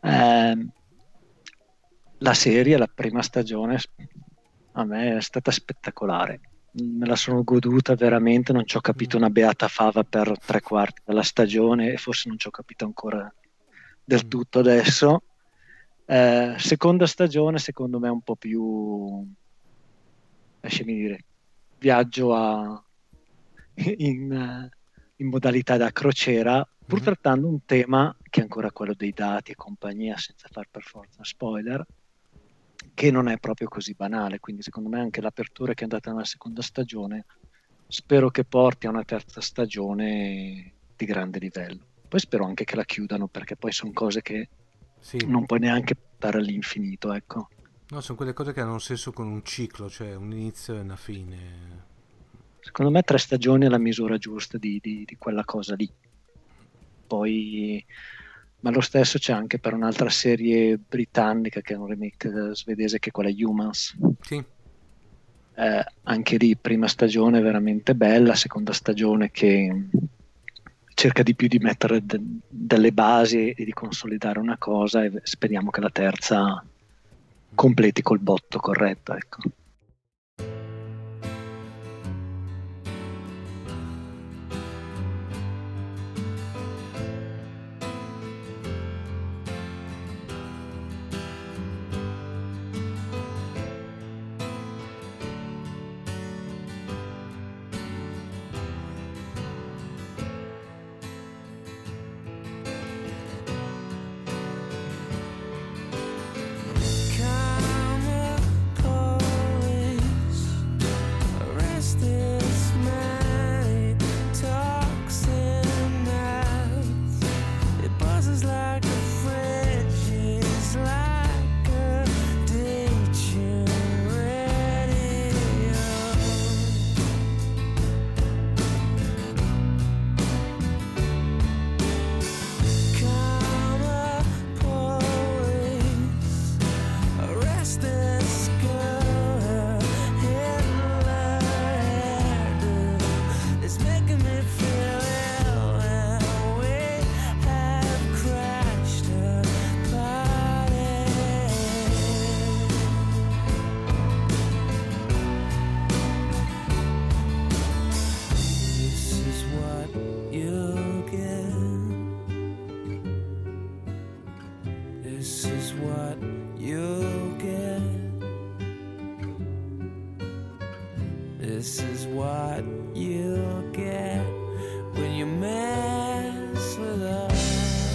La serie, la prima stagione, a me è stata spettacolare. Me la sono goduta veramente, non ci ho capito una beata fava per 3/4 della stagione e forse non ci ho capito ancora del tutto adesso. Seconda stagione secondo me è un po' più, lasciami dire, viaggio in modalità da crociera, pur trattando un tema che è ancora quello dei dati e compagnia, senza far per forza spoiler, che non è proprio così banale, quindi secondo me anche l'apertura che è andata nella seconda stagione spero che porti a una terza stagione di grande livello. Poi spero anche che la chiudano, perché poi sono cose che non puoi neanche portare all'infinito, ecco. No, sono quelle cose che hanno un senso con un ciclo, cioè un inizio e una fine. Secondo me 3 stagioni è la misura giusta di quella cosa lì. Poi... Ma lo stesso c'è anche per un'altra serie britannica che è un remake svedese, che è quella Humans. Sì. Anche lì prima stagione veramente bella, seconda stagione che cerca di più di mettere delle basi e di consolidare una cosa, e speriamo che la terza completi col botto corretto, ecco. Come is what you'll get when you mess with us.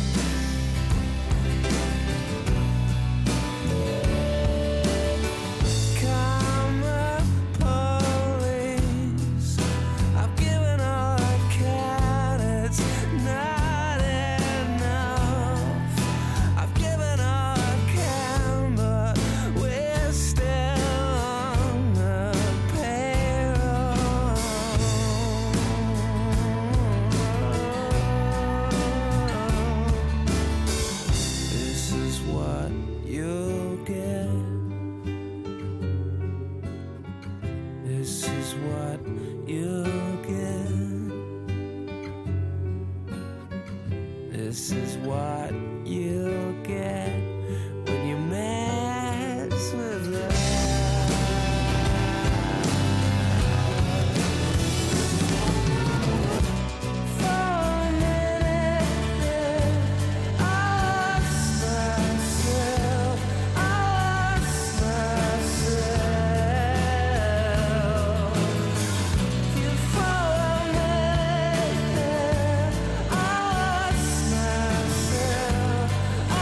This is what you'll get when you mess with us. For a minute there, I lost myself. You for a minute there, I lost myself.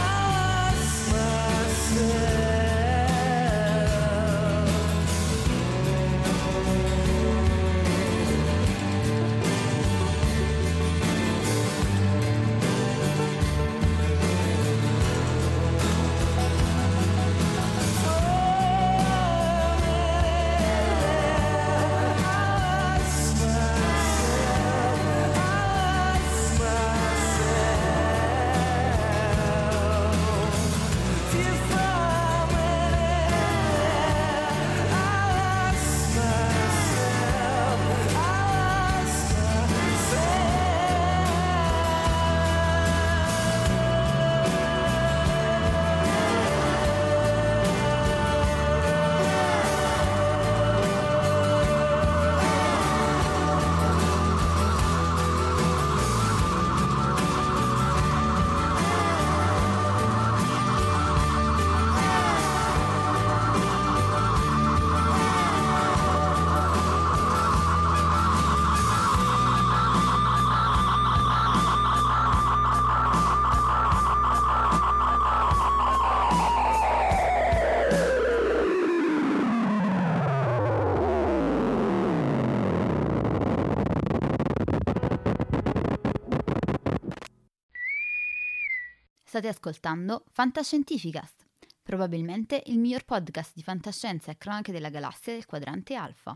State ascoltando Fantascientificast, probabilmente il miglior podcast di fantascienza e cronache della galassia del quadrante alfa.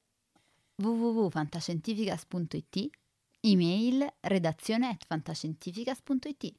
www.fantascientificast.it, email redazione@fantascientificast.it.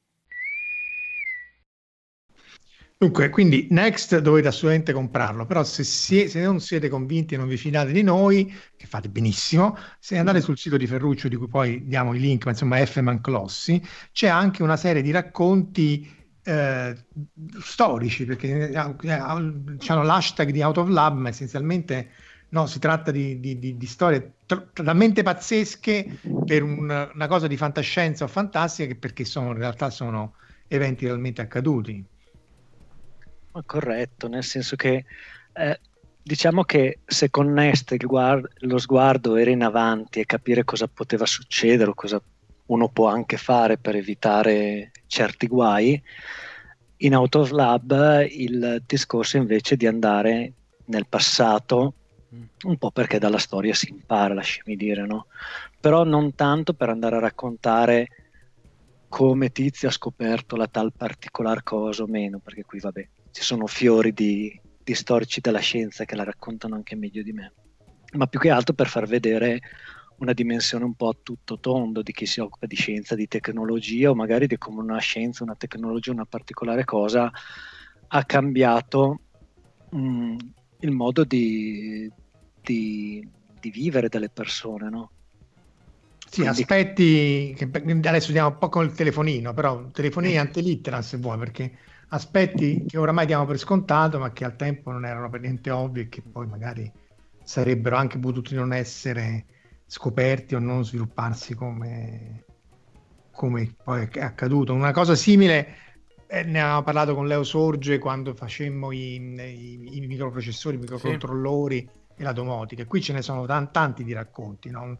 Dunque, quindi Next dovete assolutamente comprarlo, però se non siete convinti e non vi fidate di noi, che fate benissimo, se andate sul sito di Ferruccio, di cui poi diamo i link, ma insomma F. Manclossi, c'è anche una serie di racconti storici, perché hanno l'hashtag di Out of Lab, ma essenzialmente no, si tratta di storie talmente pazzesche per una cosa di fantascienza o fantastica, che perché in realtà sono eventi realmente accaduti. Corretto, nel senso che diciamo che se con Nest lo sguardo era in avanti e capire cosa poteva succedere o cosa uno può anche fare per evitare certi guai, in Out of Lab il discorso invece di andare nel passato, un po' perché dalla storia si impara, lasciami dire, no? Però non tanto per andare a raccontare come Tizio ha scoperto la tal particolar cosa o meno, perché qui vabbè ci sono fiori di storici della scienza che la raccontano anche meglio di me, ma più che altro per far vedere una dimensione un po' a tutto tondo di chi si occupa di scienza, di tecnologia, o magari di come una scienza, una tecnologia, una particolare cosa ha cambiato il modo di vivere delle persone, no? Sì, Quindi, aspetti che adesso diamo un po' con il telefonino, però telefonini antelitteram se vuoi, perché aspetti che oramai diamo per scontato, ma che al tempo non erano per niente ovvi e che poi magari sarebbero anche potuti non essere scoperti o non svilupparsi come poi è accaduto. Una cosa simile ne avevamo parlato con Leo Sorge quando facemmo i microprocessori, i microcontrollori, e la domotica. Qui ce ne sono tanti di racconti, no?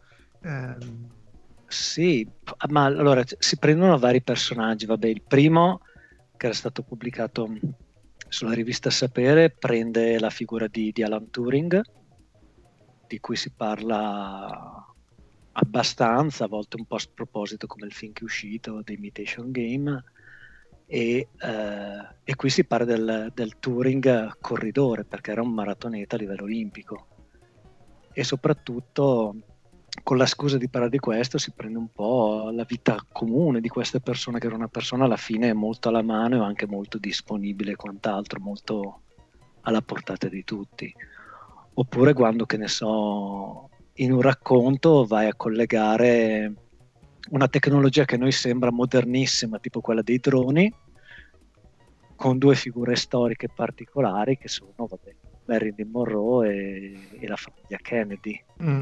Sì, ma allora si prendono vari personaggi. Vabbè, il primo, che era stato pubblicato sulla rivista Sapere, prende la figura di Alan Turing, di cui si parla abbastanza, a volte un po' a sproposito, come il film che è uscito, The Imitation Game, e qui si parla del Turing corridore, perché era un maratoneta a livello olimpico, e soprattutto con la scusa di parlare di questo si prende un po' la vita comune di queste persone, che era una persona alla fine molto alla mano e anche molto disponibile e quant'altro, molto alla portata di tutti. Oppure quando, che ne so, in un racconto vai a collegare una tecnologia che a noi sembra modernissima, tipo quella dei droni, con due figure storiche particolari che sono, vabbè, Marilyn Monroe e la famiglia Kennedy.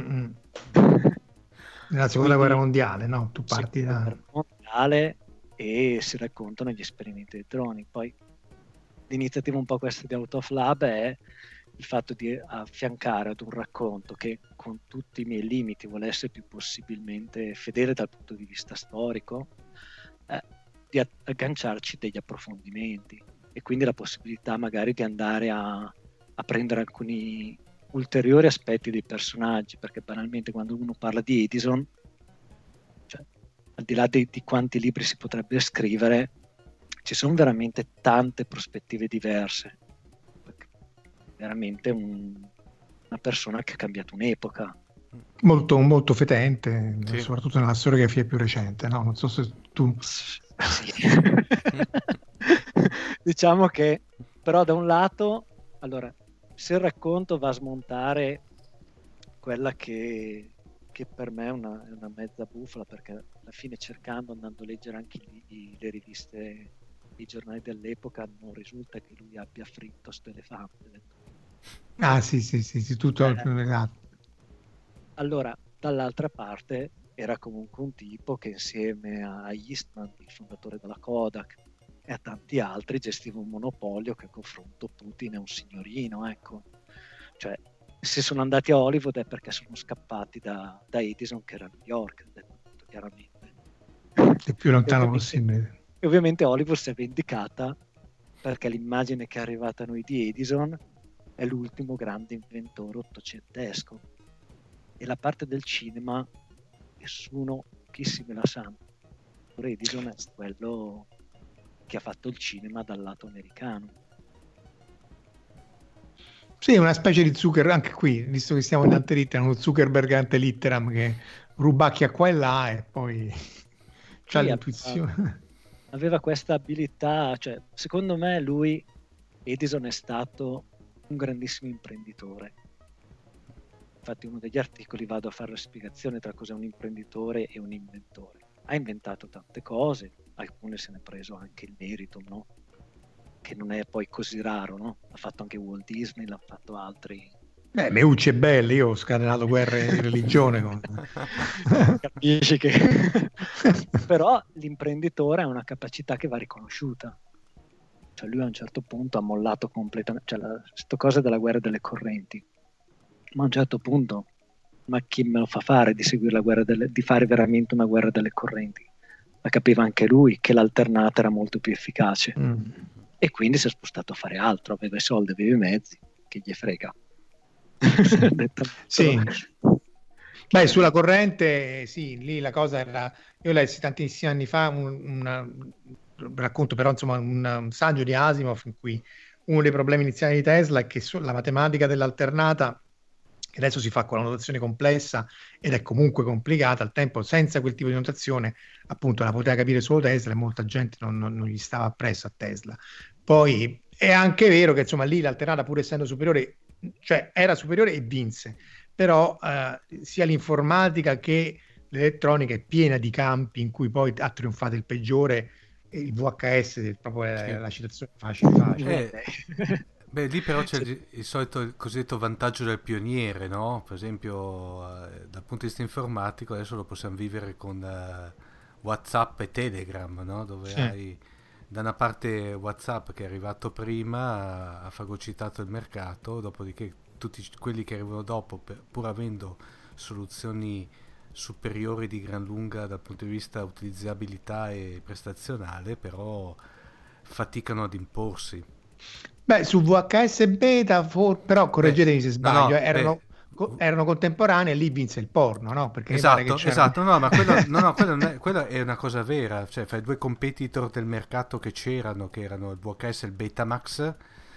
Nella seconda guerra mondiale, no? Tu parti da guerra mondiale e si raccontano gli esperimenti dei droni. Poi l'iniziativa un po' questa di Out of Lab è il fatto di affiancare ad un racconto che, con tutti i miei limiti, vuole essere più possibilmente fedele dal punto di vista storico, di agganciarci degli approfondimenti, e quindi la possibilità magari di andare a prendere alcuni ulteriori aspetti dei personaggi, perché banalmente quando uno parla di Edison, cioè, al di là di quanti libri si potrebbe scrivere, ci sono veramente tante prospettive diverse, perché veramente una persona che ha cambiato un'epoca. Molto, molto fetente, Sì. soprattutto nella storiografia più recente, no? Non so se tu... Sì. Diciamo che, però, da un lato, allora, se il racconto va a smontare quella che per me è una mezza bufala, perché alla fine, andando a leggere anche le riviste, i giornali dell'epoca, non risulta che lui abbia fritto sto elefante. Ah sì, tutto esatto. Allora, dall'altra parte era comunque un tipo che, insieme a Eastman, il fondatore della Kodak, e a tanti altri, gestiva un monopolio che, a confronto, Putin è un signorino, ecco. Cioè, se sono andati a Hollywood è perché sono scappati da Edison, che era a New York, detto molto chiaramente. Il più lontano possibile. E ovviamente Hollywood si è vendicata, perché l'immagine che è arrivata a noi di Edison è l'ultimo grande inventore ottocentesco, e la parte del cinema nessuno, pochissimi la sanno. Edison è quello che ha fatto il cinema dal lato americano. Sì, una specie di Zuckerberg, anche qui, visto che stiamo in antelitteram, uno Zuckerberg ante litteram che rubacchia qua e là e poi c'ha l'intuizione. Aveva questa abilità, cioè, secondo me Edison è stato un grandissimo imprenditore. Infatti, uno degli articoli vado a fare la spiegazione tra cos'è un imprenditore e un inventore. Ha inventato tante cose, alcune se ne è preso anche il merito, no? Che non è poi così raro, no? L'ha fatto anche Walt Disney, l'ha fatto altri. Meucci è bello, io ho scatenato guerre di religione. Capisci che... Però l'imprenditore ha una capacità che va riconosciuta. Cioè, lui a un certo punto ha mollato completamente, cioè, sto cosa della guerra delle correnti. Ma a un certo punto, ma chi me lo fa fare di seguire la guerra di fare veramente una guerra delle correnti? La capiva anche lui che l'alternata era molto più efficace. E quindi si è spostato a fare altro, aveva i soldi, aveva i mezzi, che gli frega. Sì. Beh, sulla corrente, sì, lì la cosa era... Io lessi tantissimi anni fa un racconto, però insomma un saggio di Asimov, in cui uno dei problemi iniziali di Tesla è che la matematica dell'alternata, che adesso si fa con la notazione complessa ed è comunque complicata, al tempo senza quel tipo di notazione appunto la poteva capire solo Tesla e molta gente non gli stava appresso a Tesla. Poi è anche vero che insomma lì l'alternata, pur essendo superiore, cioè era superiore e vinse, però sia l'informatica che l'elettronica è piena di campi in cui poi ha trionfato il peggiore, il VHS proprio la citazione facile. Beh, lì però c'è il solito cosiddetto vantaggio del pioniere, no? Per esempio, dal punto di vista informatico adesso lo possiamo vivere con WhatsApp e Telegram, no? Dove hai da una parte WhatsApp che è arrivato prima, ha fagocitato il mercato, dopodiché tutti quelli che arrivano dopo, pur avendo soluzioni superiori di gran lunga dal punto di vista utilizzabilità e prestazionale, però faticano ad imporsi. Beh, su VHS beta, però correggetemi se sbaglio, no, erano contemporanei e lì vinse il porno, no? Perché mi pare che esatto, no, ma quello è una cosa vera, cioè fra i due competitor del mercato che c'erano, che erano il VHS e il Betamax,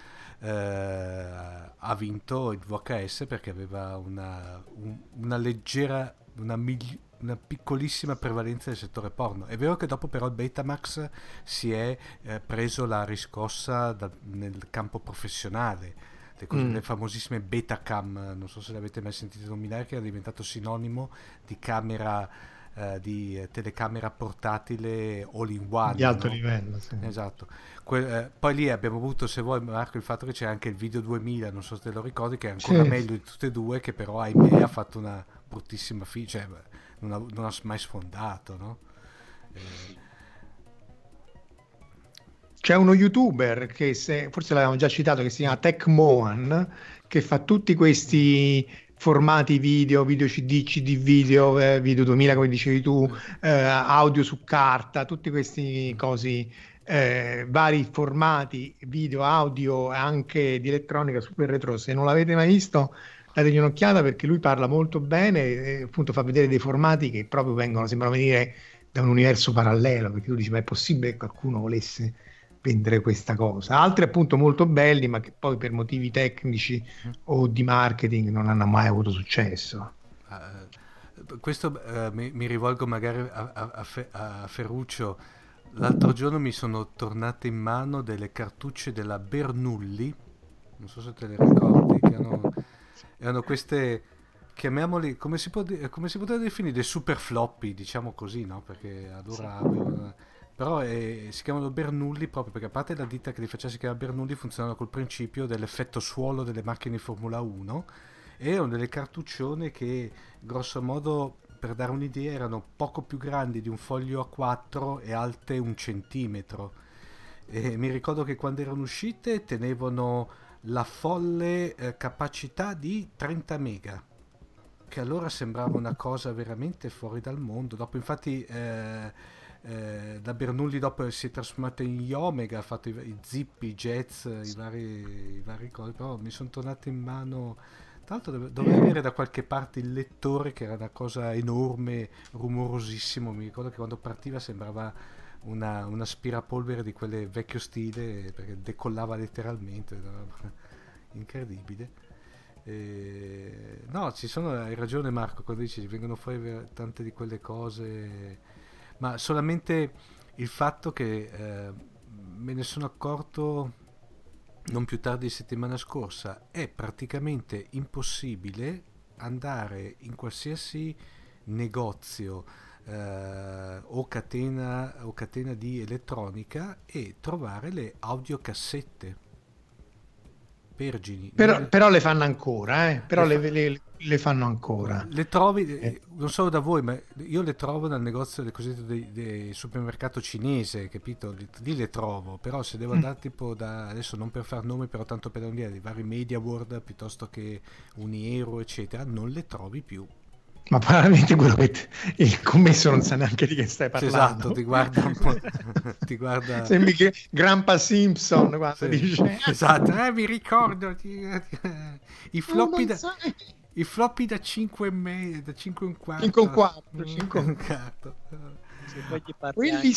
ha vinto il VHS perché aveva una leggera, una piccolissima prevalenza del settore porno. È vero che dopo però il Betamax si è preso la riscossa nel campo professionale, le famosissime Betacam, non so se l'avete mai sentito nominare, che è diventato sinonimo di camera, di telecamera portatile all in one di alto no? livello, sì. Esatto. Poi lì abbiamo avuto, se vuoi Marco, il fatto che c'è anche il Video 2000, non so se te lo ricordi, che è ancora meglio di tutte e due, che però ahimè ha fatto una bruttissima fine, cioè non ha mai sfondato, no? C'è uno youtuber che forse l'avevamo già citato, che si chiama TechMohan, che fa tutti questi formati video CD video, video 2000 come dicevi tu, audio su carta, tutti questi cosi, vari formati video, audio e anche di elettronica super retro. Se non l'avete mai visto, dategli un'occhiata, perché lui parla molto bene e appunto fa vedere dei formati che proprio sembrano venire da un universo parallelo, perché tu dici, ma è possibile che qualcuno volesse vendere questa cosa? Altri appunto molto belli, ma che poi per motivi tecnici o di marketing non hanno mai avuto successo. Questo mi rivolgo magari a Ferruccio. L'altro giorno mi sono tornate in mano delle cartucce della Bernoulli, non so se te le ricordi, che erano queste, chiamiamoli, come si poteva definire, dei super floppy, diciamo così, no? Perché allora avevano, però si chiamano Bernoulli proprio perché, a parte la ditta che li faceva si chiama Bernoulli, funzionano col principio dell'effetto suolo delle macchine di Formula 1, e erano delle cartuccione che grosso modo, per dare un'idea, erano poco più grandi di un foglio A4 e alte 1 centimetro. E mi ricordo che quando erano uscite tenevano la folle capacità di 30 mega, che allora sembrava una cosa veramente fuori dal mondo. Dopo infatti da Bernoulli dopo si è trasformato in Yomega, ha fatto i zip, i jazz, i vari cose, però mi sono tornati in mano. Tra l'altro dovevo avere da qualche parte il lettore, che era una cosa enorme, rumorosissimo. Mi ricordo che quando partiva sembrava un aspirapolvere di quelle vecchio stile, perché decollava letteralmente, incredibile. No, hai ragione Marco quando dici vengono fuori tante di quelle cose, ma solamente il fatto che me ne sono accorto non più tardi di settimana scorsa, è praticamente impossibile andare in qualsiasi negozio o catena di elettronica e trovare le audiocassette Pergini. Però le fanno ancora, però le fanno ancora. Le trovi, non so da voi, ma io le trovo nel negozio del cosiddetto del supermercato cinese, capito? Lì le trovo, però se devo andare tipo adesso non per far nomi, però tanto per dire dei vari Media World piuttosto che Uniero eccetera, non le trovi più. Ma probabilmente quello che il commesso non sa neanche di che stai parlando. Esatto, ti guarda un po'. Sembri che Grandpa Simpson quando sì, dice. Esatto, mi ricordo i floppy i floppy da 5 e da 5 e un quarto. 5 e un quarto. 5 e un quarto. Se poi gli parli anche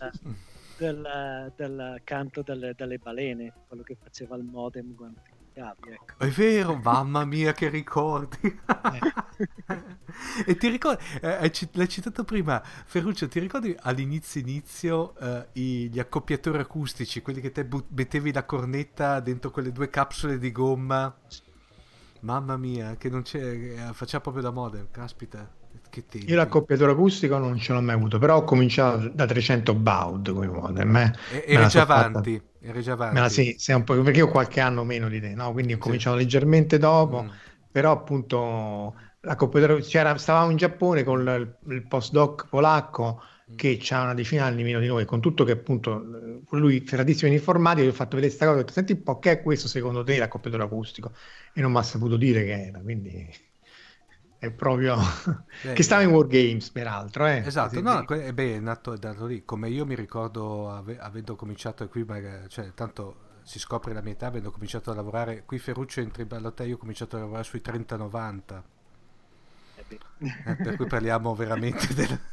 del canto delle balene, quello che faceva il modem quando ti chiavi, ecco. È vero, mamma mia che ricordi. E ti ricordi, l'hai citato prima Ferruccio, ti ricordi all'inizio gli accoppiatori acustici, quelli che te mettevi la cornetta dentro quelle 2 capsule di gomma? Mamma mia, che non c'è, faceva proprio da modem, caspita, che tempi. Io l'accoppiatore acustico non ce l'ho mai avuto, però ho cominciato da 300 baud come modem. Eri già avanti. Sì, un po', perché io ho qualche anno meno di te, no? Quindi ho cominciato leggermente dopo, però appunto l'accoppiatore, stavamo in Giappone con il postdoc polacco che ha una decina di anni meno di noi, con tutto che appunto lui ferratissimo in informatica, gli ho fatto vedere questa cosa, ho detto senti un po' che è questo secondo te l'accoppiatore acustico, e non mi ha saputo dire che era, quindi è proprio che stava in Wargames peraltro, Esatto, Sì, no, sì. è nato lì, come io mi ricordo avendo cominciato qui, cioè tanto si scopre la mia età, avendo cominciato a lavorare qui, Ferruccio entra in ballottaio, io ho cominciato a lavorare sui 30-90. Per cui parliamo veramente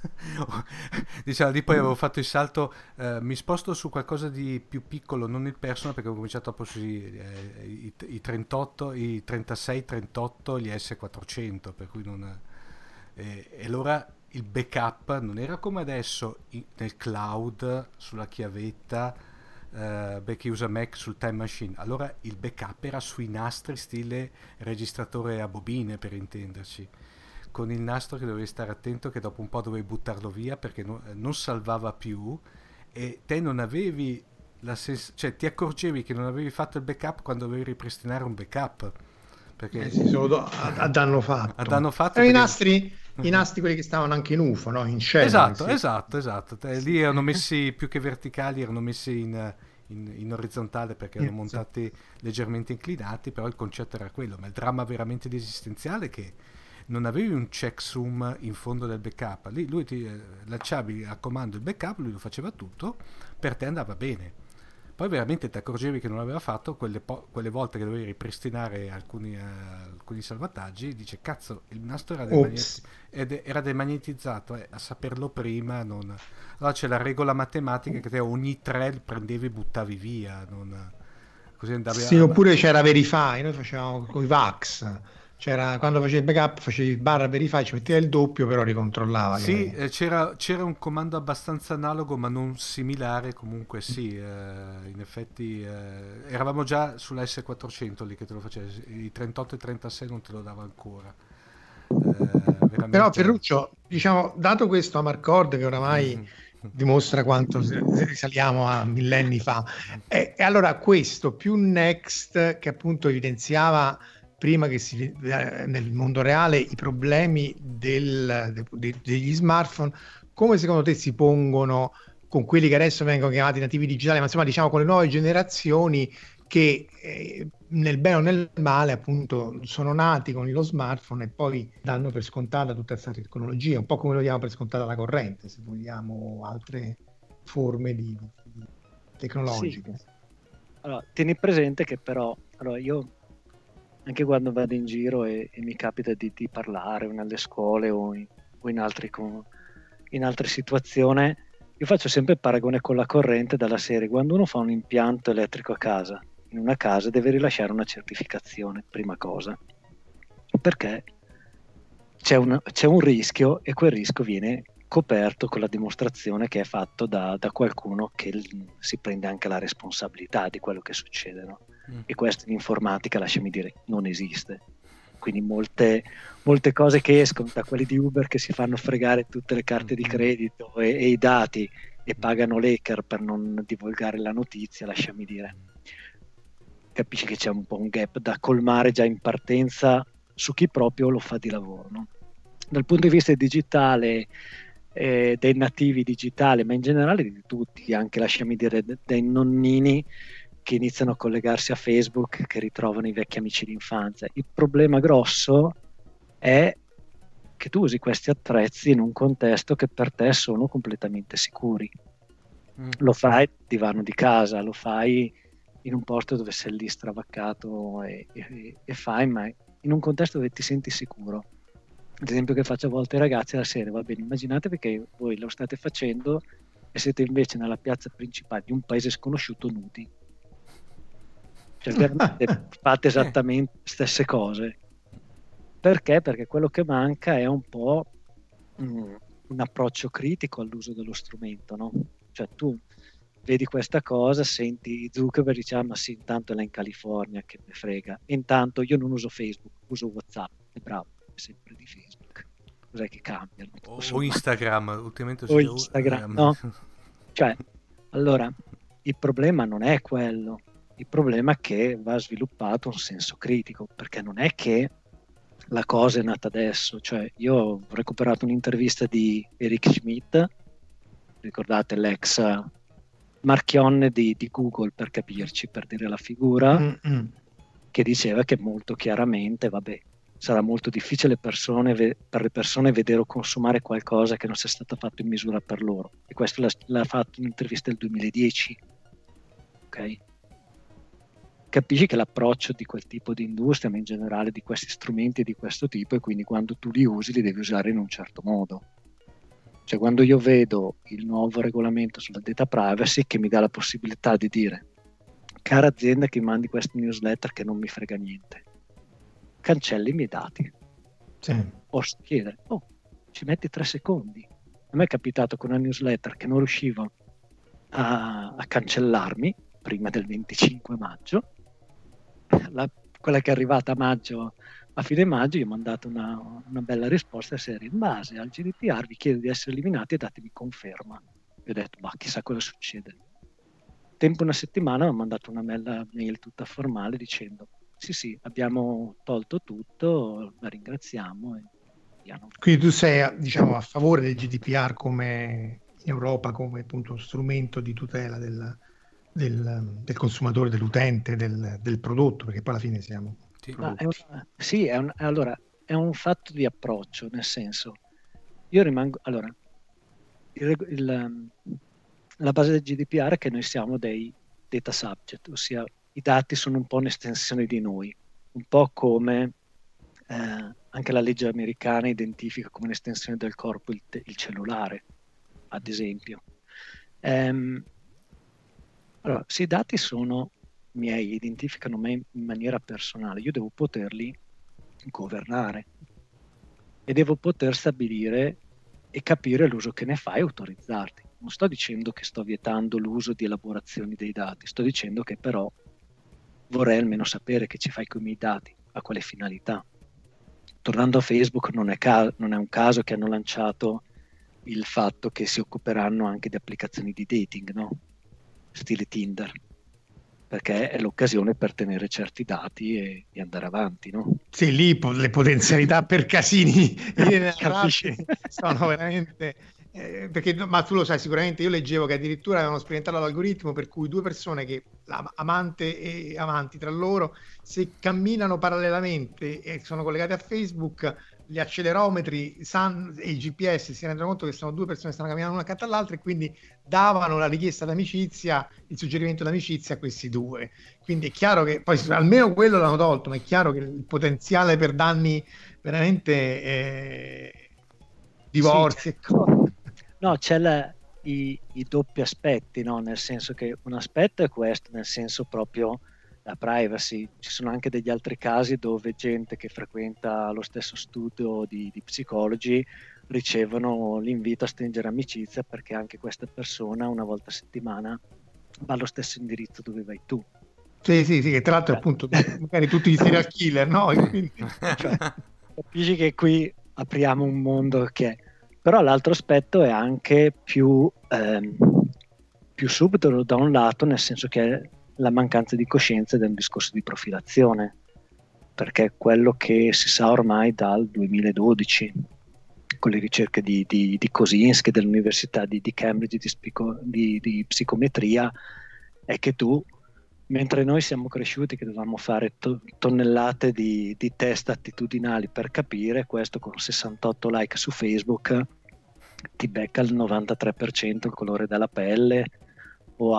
diciamo, lì poi avevo fatto il salto, mi sposto su qualcosa di più piccolo, non il personal, perché ho cominciato dopo i 38, i 36, 38, gli S400, per cui non e allora il backup non era come adesso nel cloud sulla chiavetta, chi usa Mac sul Time Machine. Allora il backup era sui nastri stile registratore a bobine, per intenderci, con il nastro che dovevi stare attento, che dopo un po' dovevi buttarlo via perché non salvava più, e te non avevi cioè ti accorgevi che non avevi fatto il backup quando dovevi ripristinare un backup, perché Sì, solo a danno fatto. a danno fatto Erano perché... i nastri quelli che stavano anche in UFO, no? In shell. Esatto. Lì erano messi più che verticali, erano messi in orizzontale perché erano montati leggermente inclinati, però il concetto era quello. Ma il dramma veramente esistenziale è che non avevi un checksum in fondo del backup. Lì lui ti lanciavi a comando il backup, lui lo faceva tutto, per te andava bene. Poi veramente ti accorgevi che non l'aveva fatto quelle volte che dovevi ripristinare alcuni salvataggi, dice cazzo, il nastro era demagnetizzato, a saperlo prima non... Allora c'è la regola matematica che te ogni 3 prendevi e buttavi via, così andavi Sì, oppure c'era Verify, noi facevamo con i VAX. C'era, quando facevi il backup facevi barra verify, ci metteva il doppio, però ricontrollava. Sì, c'era un comando abbastanza analogo ma non similare, comunque sì, in effetti eravamo già sulla S400 lì che te lo faceva, i 38 e 36 non te lo dava ancora. Veramente... Però Ferruccio, diciamo, dato questo Amarcord che oramai dimostra quanto risaliamo a millenni fa, e allora questo più Next che appunto evidenziava prima che nel mondo reale i problemi degli smartphone, come secondo te si pongono con quelli che adesso vengono chiamati nativi digitali, ma insomma diciamo con le nuove generazioni che nel bene o nel male appunto sono nati con lo smartphone e poi danno per scontata tutta questa tecnologia, un po' come lo diamo per scontata la corrente, se vogliamo altre forme di tecnologiche. Sì. Allora, tieni presente che però io anche quando vado in giro e mi capita di parlare o nelle scuole o in altre situazioni, io faccio sempre il paragone con la corrente dalla serie. Quando uno fa un impianto elettrico a casa, in una casa deve rilasciare una certificazione, prima cosa, perché c'è un rischio e quel rischio viene coperto con la dimostrazione che è fatto da qualcuno che si prende anche la responsabilità di quello che succede, no? E questo in informatica, lasciami dire, non esiste. Quindi molte cose che escono, da quelli di Uber che si fanno fregare tutte le carte di credito e i dati e pagano l'hacker per non divulgare la notizia, lasciami dire, capisci che c'è un po' un gap da colmare già in partenza su chi proprio lo fa di lavoro, no? Dal punto di vista digitale, dei nativi digitali, ma in generale di tutti, anche lasciami dire dei nonnini che iniziano a collegarsi a Facebook, che ritrovano i vecchi amici d'infanzia. Il problema grosso è che tu usi questi attrezzi in un contesto che per te sono completamente sicuri. Lo fai al divano di casa, lo fai in un posto dove sei lì stravaccato e fai, ma in un contesto dove ti senti sicuro. Ad esempio che faccio a volte ai ragazzi la sera, va bene, immaginatevi che voi lo state facendo e siete invece nella piazza principale di un paese sconosciuto nudi. Cioè veramente fate esattamente le stesse cose. Perché? Perché quello che manca è un po' un approccio critico all'uso dello strumento, no? Cioè tu vedi questa cosa, senti Zuckerberg dice ma sì, intanto è là in California, che me frega, intanto io non uso Facebook, uso WhatsApp, è bravo, è sempre di Facebook, cos'è che cambia? O Instagram, ultimamente o Instagram, no? Cioè, allora il problema non è quello, il problema è che va sviluppato un senso critico, perché non è che la cosa è nata adesso. Cioè, io ho recuperato un'intervista di Eric Schmidt ricordate l'ex Marchionne di Google, per capirci, per dire la figura, che diceva che molto chiaramente, vabbè, sarà molto difficile per le persone vedere o consumare qualcosa che non sia stato fatto in misura per loro. E questo l'ha fatto in un'intervista del 2010. Ok? Capisci che l'approccio di quel tipo di industria, ma in generale di questi strumenti di questo tipo, e quindi quando tu li usi li devi usare in un certo modo. Cioè, quando io vedo il nuovo regolamento sulla data privacy che mi dà la possibilità di dire: cara azienda che mandi queste newsletter che non mi frega niente, cancelli i miei dati. Sì. Posso chiedere, ci metti 3 secondi. A me è capitato con una newsletter che non riuscivo a cancellarmi prima del 25 maggio. Quella che è arrivata a fine maggio, io ho mandato una bella risposta a serie: in base al GDPR vi chiedo di essere eliminati e datemi conferma. E ho detto, chissà cosa succede. Tempo una settimana ho mandato una mail tutta formale dicendo: sì, abbiamo tolto tutto, la ringraziamo e piano. Quindi tu sei, diciamo, a favore del GDPR come in Europa, come appunto strumento di tutela del consumatore, dell'utente, del prodotto, perché poi alla fine siamo... Allora, è un fatto di approccio, nel senso, io rimango... Allora, la base del GDPR è che noi siamo dei data subject, ossia i dati sono un po' un'estensione di noi, un po' come anche la legge americana identifica come un'estensione del corpo il cellulare, ad esempio. Allora, se i dati sono miei, identificano me in maniera personale, io devo poterli governare e devo poter stabilire e capire l'uso che ne fai e autorizzarti. Non sto dicendo che sto vietando l'uso di elaborazioni dei dati, sto dicendo che però vorrei almeno sapere che ci fai con i miei dati, a quale finalità. Tornando a Facebook, non è un caso che hanno lanciato il fatto che si occuperanno anche di applicazioni di dating, no? Stile Tinder, perché è l'occasione per tenere certi dati e andare avanti, no? Sì, lì le potenzialità per casini sono veramente... perché, ma tu lo sai sicuramente, io leggevo che addirittura avevano sperimentato l'algoritmo per cui 2 persone che amante e amanti tra loro, se camminano parallelamente e sono collegate a Facebook, gli accelerometri e i GPS si rendono conto che sono 2 persone che stanno camminando una accanto all'altra e quindi davano la richiesta d'amicizia, il suggerimento d'amicizia a questi 2. Quindi è chiaro che poi almeno quello l'hanno tolto, ma è chiaro che il potenziale per danni veramente divorzi e cose. No, c'è i doppi aspetti, no? Nel senso che un aspetto è questo, nel senso proprio la privacy. Ci sono anche degli altri casi dove gente che frequenta lo stesso studio di psicologi ricevono l'invito a stringere amicizia perché anche questa persona una volta a settimana va allo stesso indirizzo dove vai tu. Sì, che tra l'altro appunto magari tutti i serial killer, no? Quindi... Cioè, capisci che qui apriamo un mondo che... Però l'altro aspetto è anche più subdolo da un lato, nel senso che è la mancanza di coscienza ed è un discorso di profilazione, perché è quello che si sa ormai dal 2012 con le ricerche di Kosinski dell'Università di Cambridge di psicometria, è che tu, mentre noi siamo cresciuti che dovevamo fare tonnellate di test attitudinali per capire, questo con 68 like su Facebook ti becca al 93% il colore della pelle o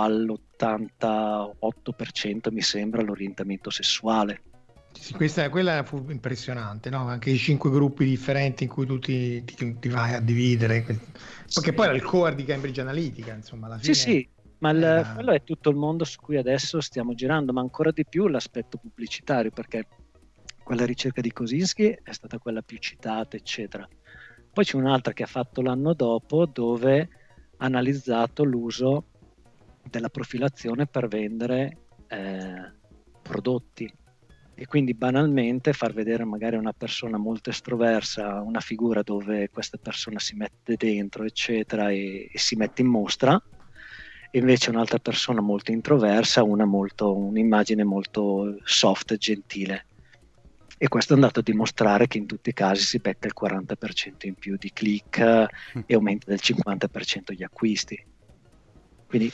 all'88% mi sembra l'orientamento sessuale. Sì, quella fu impressionante, no? Anche i 5 gruppi differenti in cui tu ti vai a dividere, perché poi era il core di Cambridge Analytica, insomma, alla fine. Sì, ma quello è tutto il mondo su cui adesso stiamo girando, ma ancora di più l'aspetto pubblicitario, perché quella ricerca di Kosinski è stata quella più citata, eccetera. Poi c'è un'altra che ha fatto l'anno dopo, dove ha analizzato l'uso della profilazione per vendere prodotti, e quindi banalmente far vedere magari una persona molto estroversa, una figura dove questa persona si mette dentro, eccetera, e si mette in mostra, e invece un'altra persona molto introversa, un'immagine molto soft e gentile. E questo è andato a dimostrare che in tutti i casi si becca il 40% in più di click e aumenta del 50% gli acquisti. Quindi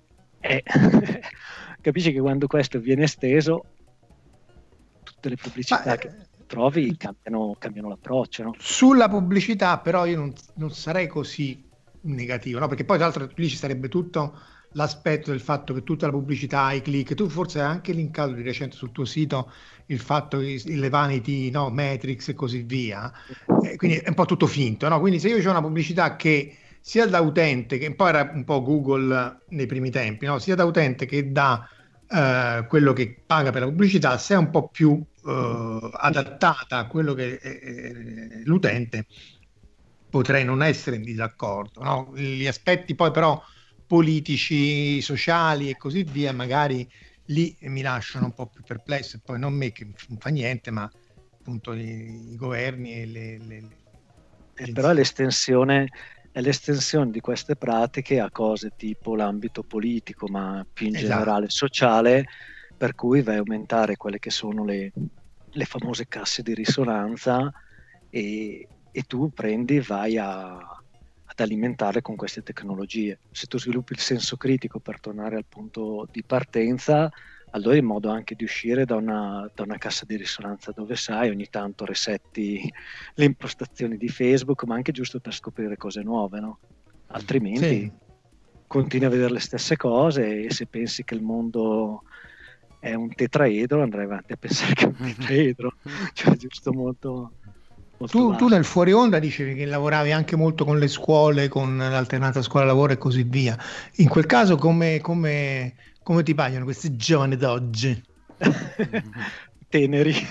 capisci che quando questo viene esteso, tutte le pubblicità che trovi cambiano l'approccio, no? Sulla pubblicità però io non sarei così negativo, no? Perché poi tra l'altro lì ci sarebbe tutto l'aspetto del fatto che tutta la pubblicità, i click, tu forse hai anche linkato di recente sul tuo sito il fatto che le vanity, no, Matrix e così via, quindi è un po' tutto finto, no? Quindi se io ho una pubblicità che sia da utente, che poi era un po' Google nei primi tempi, no? Sia da utente che da quello che paga per la pubblicità, se è un po' più adattata a quello che è l'utente, potrei non essere in disaccordo, no? Gli aspetti poi però politici, sociali e così via, magari lì mi lasciano un po' più perplesso, e poi non me che non fa niente, ma appunto i governi e le però è l'estensione di queste pratiche a cose tipo l'ambito politico, ma più in generale sociale, per cui vai a aumentare quelle che sono le famose casse di risonanza e tu vai ad alimentare con queste tecnologie. Se tu sviluppi il senso critico per tornare al punto di partenza, allora hai modo anche di uscire da una cassa di risonanza dove sai, ogni tanto resetti le impostazioni di Facebook, ma anche giusto per scoprire cose nuove, no? Altrimenti continui a vedere le stesse cose, e se pensi che il mondo è un tetraedro, andrai avanti a pensare che è un tetraedro, cioè giusto molto tu nel fuori onda dicevi che lavoravi anche molto con le scuole, con l'alternanza scuola-lavoro e così via. In quel caso come ti paiono questi giovani d'oggi? Teneri.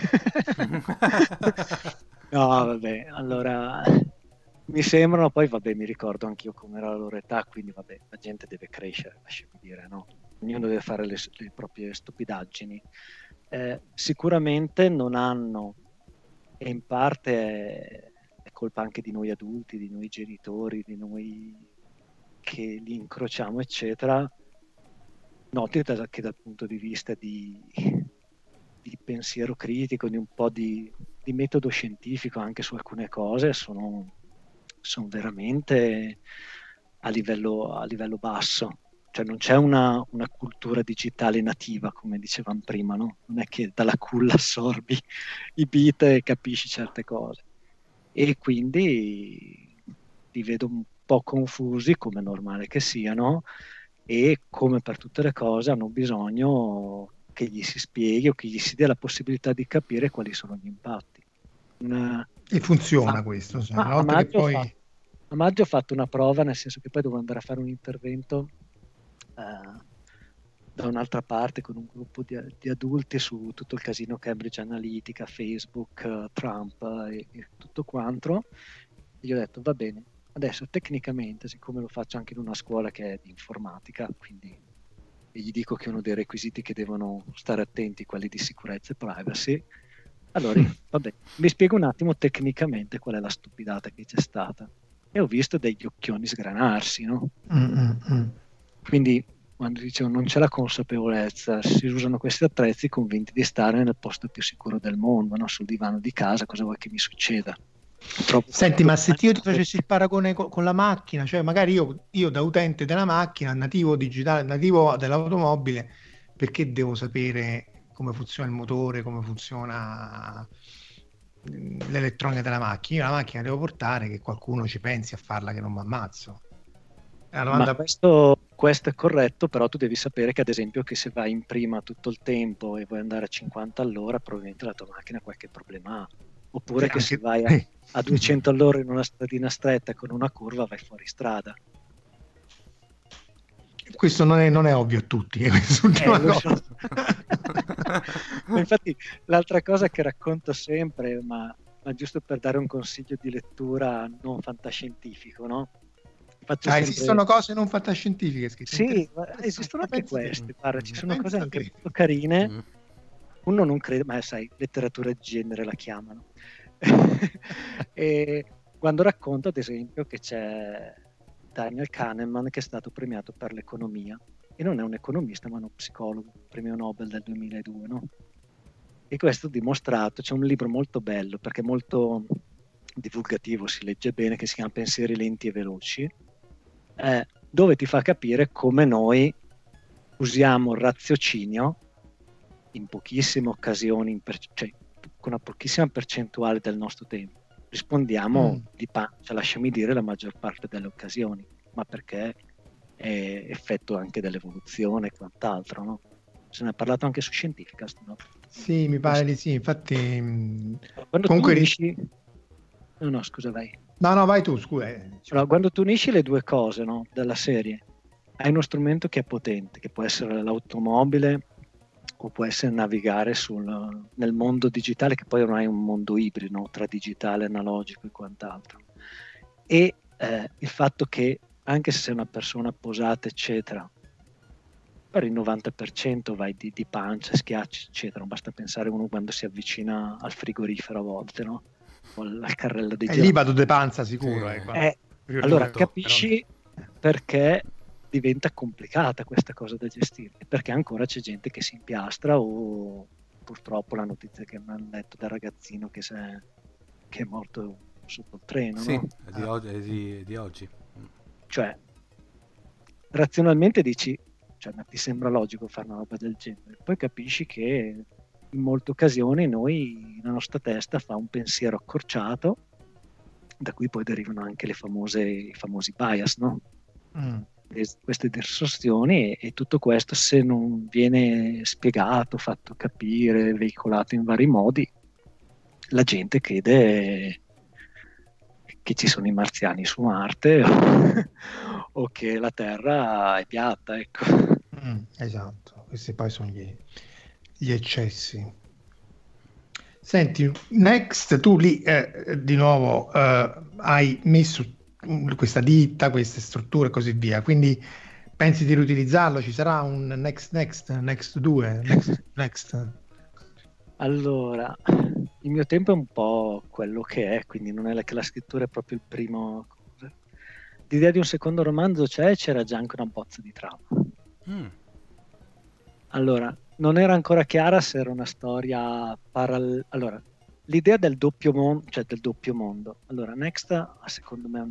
No, vabbè, allora mi sembrano, poi vabbè, mi ricordo anch'io come era la loro età, quindi vabbè, la gente deve crescere, lasciami dire, no? Ognuno deve fare le proprie stupidaggini. Sicuramente non hanno, e in parte è colpa anche di noi adulti, di noi genitori, di noi che li incrociamo, eccetera. Noti che dal punto di vista di pensiero critico, di un po' di metodo scientifico anche su alcune cose, sono veramente a livello basso. Cioè non c'è una cultura digitale nativa, come dicevamo prima, no? Non è che dalla culla assorbi i bit e capisci certe cose. E quindi li vedo un po' confusi, come è normale che siano, e come per tutte le cose hanno bisogno che gli si spieghi o che gli si dia la possibilità di capire quali sono gli impatti. E funziona questo, cioè, a maggio ho fatto una prova, nel senso che poi dovevo andare a fare un intervento da un'altra parte con un gruppo di adulti su tutto il casino Cambridge Analytica, Facebook, Trump e tutto quanto. E gli ho detto va bene, adesso tecnicamente, siccome lo faccio anche in una scuola che è di informatica, quindi e gli dico che uno dei requisiti che devono stare attenti è quelli di sicurezza e privacy, allora vabbè, vi spiego un attimo tecnicamente qual è la stupidata che c'è stata. E ho visto degli occhioni sgranarsi, no? Quindi quando dicevo non c'è la consapevolezza, si usano questi attrezzi convinti di stare nel posto più sicuro del mondo, no? Sul divano di casa, cosa vuoi che mi succeda? Senti, ma se io ti facessi il paragone con la macchina, cioè magari io da utente della macchina, nativo digitale, nativo dell'automobile, perché devo sapere come funziona il motore, come funziona l'elettronica della macchina? Io la macchina devo portare, che qualcuno ci pensi a farla, che non mi ammazzo. Ma questo è corretto, però tu devi sapere che ad esempio che se vai in prima tutto il tempo e vuoi andare a 50 all'ora, probabilmente la tua macchina qualche problema ha. Oppure che se vai a 200 all'ora in una stradina stretta con una curva vai fuori strada. Questo non è ovvio a tutti. So. Infatti l'altra cosa che racconto sempre, ma giusto per dare un consiglio di lettura non fantascientifico, no? Esistono cose non fantascientifiche scritte? Sì, esistono anche queste. Guarda, ci sono cose anche molto carine. Uno non crede, ma sai, letteratura di genere la chiamano. E quando racconto, ad esempio, che c'è Daniel Kahneman che è stato premiato per l'economia, e non è un economista ma uno psicologo, premio Nobel del 2002, no? E questo dimostrato, c'è un libro molto bello, perché è molto divulgativo, si legge bene, che si chiama Pensieri lenti e veloci, dove ti fa capire come noi usiamo il raziocinio in pochissime occasioni, cioè con una pochissima percentuale del nostro tempo. Rispondiamo di pancia, lasciami dire, la maggior parte delle occasioni, ma perché è effetto anche dell'evoluzione e quant'altro, no? Se ne è parlato anche su Scientificast, no? Sì, mi pare di sì, infatti quando comunque tu unisci... No, scusa, vai. No, vai tu, scusa. Allora, quando tu unisci le due cose, no, della serie, hai uno strumento che è potente, che può essere l'automobile o può essere navigare nel mondo digitale, che poi ormai è un mondo ibrido, no, tra digitale, analogico e quant'altro. E il fatto che, anche se sei una persona posata, eccetera, per il 90% vai di pancia, schiacci, eccetera. Non basta pensare uno quando si avvicina al frigorifero a volte, no? O al carrello dei giochi. Lì vado de panza sicuro. Allora capisci perché diventa complicata questa cosa da gestire, perché ancora c'è gente che si impiastra, o purtroppo la notizia che mi hanno letto del ragazzino che è morto sotto il treno, sì, no? di oggi. Cioè, razionalmente dici, cioè, ma ti sembra logico fare una roba del genere? Poi capisci che in molte occasioni la nostra testa fa un pensiero accorciato, da cui poi derivano anche i famosi bias, no? Queste distorsioni, e tutto questo, se non viene spiegato, fatto capire, veicolato in vari modi, la gente crede che ci sono i marziani su Marte o che la Terra è piatta, ecco. Esatto, questi poi sono gli eccessi. Senti, Next, tu lì di nuovo hai messo questa ditta, queste strutture e così via, quindi pensi di riutilizzarlo? Ci sarà un Next 2, Next? Allora, il mio tempo è un po' quello che è, quindi non è che la scrittura è proprio il primo. L'idea di un secondo romanzo c'era già anche una bozza di trama. Allora, non era ancora chiara se era una storia allora, l'idea del doppio mondo, Allora, Next, secondo me,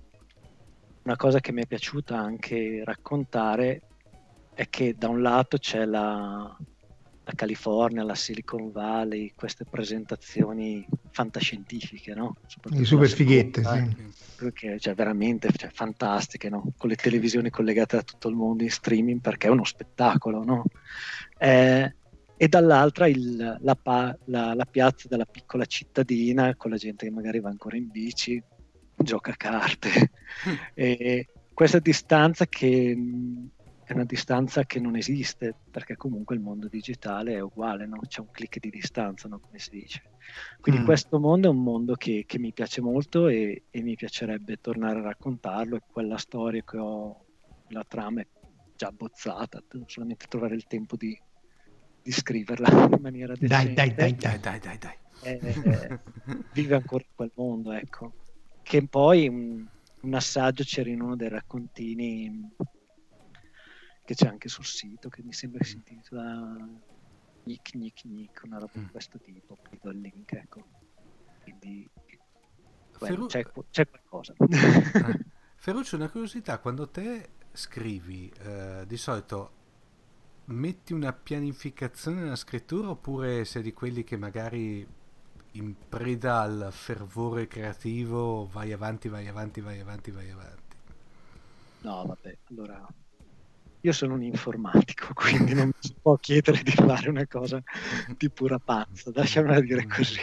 una cosa che mi è piaciuta anche raccontare è che da un lato c'è la California, la Silicon Valley, queste presentazioni fantascientifiche, no? Le super fighette, sì. Perché, cioè, veramente, cioè, fantastiche, no? Con le televisioni collegate da tutto il mondo in streaming, perché è uno spettacolo, no? E dall'altra la piazza della piccola cittadina, con la gente che magari va ancora in bici, gioca a carte. E questa distanza che è una distanza che non esiste, perché comunque il mondo digitale è uguale, no? C'è un click di distanza, no? Come si dice. Quindi questo mondo è un mondo che mi piace molto, e mi piacerebbe tornare a raccontarlo, e quella storia che ho, la trama è già abbozzata, devo solamente trovare il tempo di scriverla in maniera decente. Dai. Vive ancora in quel mondo, ecco. Che poi un assaggio c'era in uno dei raccontini che c'è anche sul sito, che mi sembra che si intitola Nick, una roba di questo tipo. Vi do il link, ecco. Quindi c'è qualcosa. Ferruccio, una curiosità: quando te scrivi, di solito metti una pianificazione nella scrittura, oppure sei di quelli che magari in preda al fervore creativo vai avanti? No, vabbè, allora io sono un informatico, quindi non mi si può chiedere di fare una cosa di pura pazza, lasciamela dire così.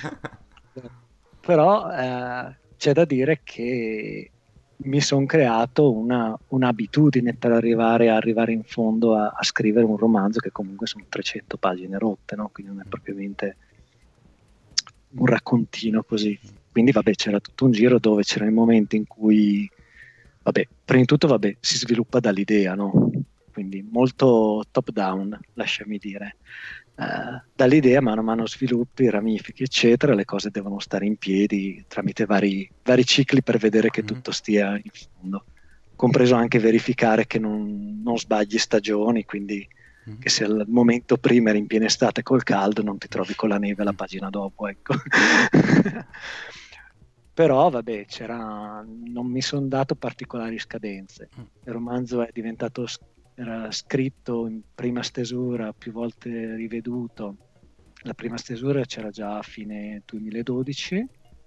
Però c'è da dire che mi sono creato un'abitudine per arrivare in fondo a scrivere un romanzo, che comunque sono 300 pagine rotte, no? Quindi non è propriamente un raccontino così. Quindi vabbè, c'era tutto un giro dove c'erano i momenti in cui prima di tutto si sviluppa dall'idea, no? Quindi molto top down, lasciami dire. Dall'idea mano a mano sviluppi, ramifichi, eccetera, le cose devono stare in piedi tramite vari cicli per vedere che tutto stia in fondo, compreso anche verificare che non sbagli stagioni, quindi che se al momento prima eri in piena estate col caldo non ti trovi con la neve la pagina dopo, ecco. Però vabbè, non mi sono dato particolari scadenze. Il romanzo era scritto in prima stesura, più volte riveduto. La prima stesura c'era già a fine 2012.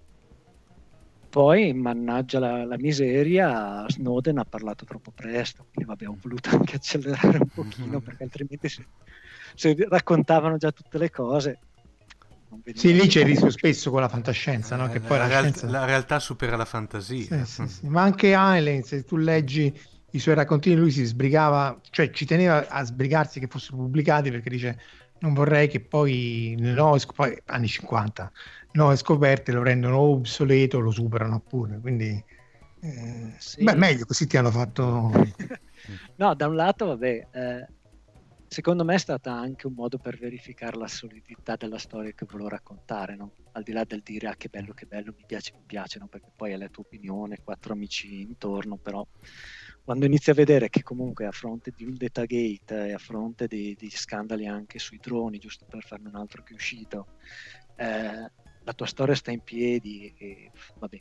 Poi, mannaggia la miseria, Snowden ha parlato troppo presto, quindi vabbè, ho voluto anche accelerare un pochino, perché altrimenti se raccontavano già tutte le cose. Sì, lì c'è il rischio spesso con la fantascienza, no? Che poi la realtà supera la fantasia. Sì. Ma anche Heinlein, se tu leggi i suoi raccontini, lui si sbrigava, cioè ci teneva a sbrigarsi che fossero pubblicati, perché dice non vorrei che poi poi anni 50 nuove scoperte lo rendono obsoleto, lo superano pure, quindi sì. Meglio così ti hanno fatto. No, da un lato vabbè, secondo me è stata anche un modo per verificare la solidità della storia che volevo raccontare, no? Al di là del dire che bello, mi piace, no? Perché poi è la tua opinione, 4 amici intorno, però quando inizi a vedere che comunque a fronte di un Datagate e a fronte di scandali anche sui droni, giusto per farne un altro che è uscito, la tua storia sta in piedi e vabbè,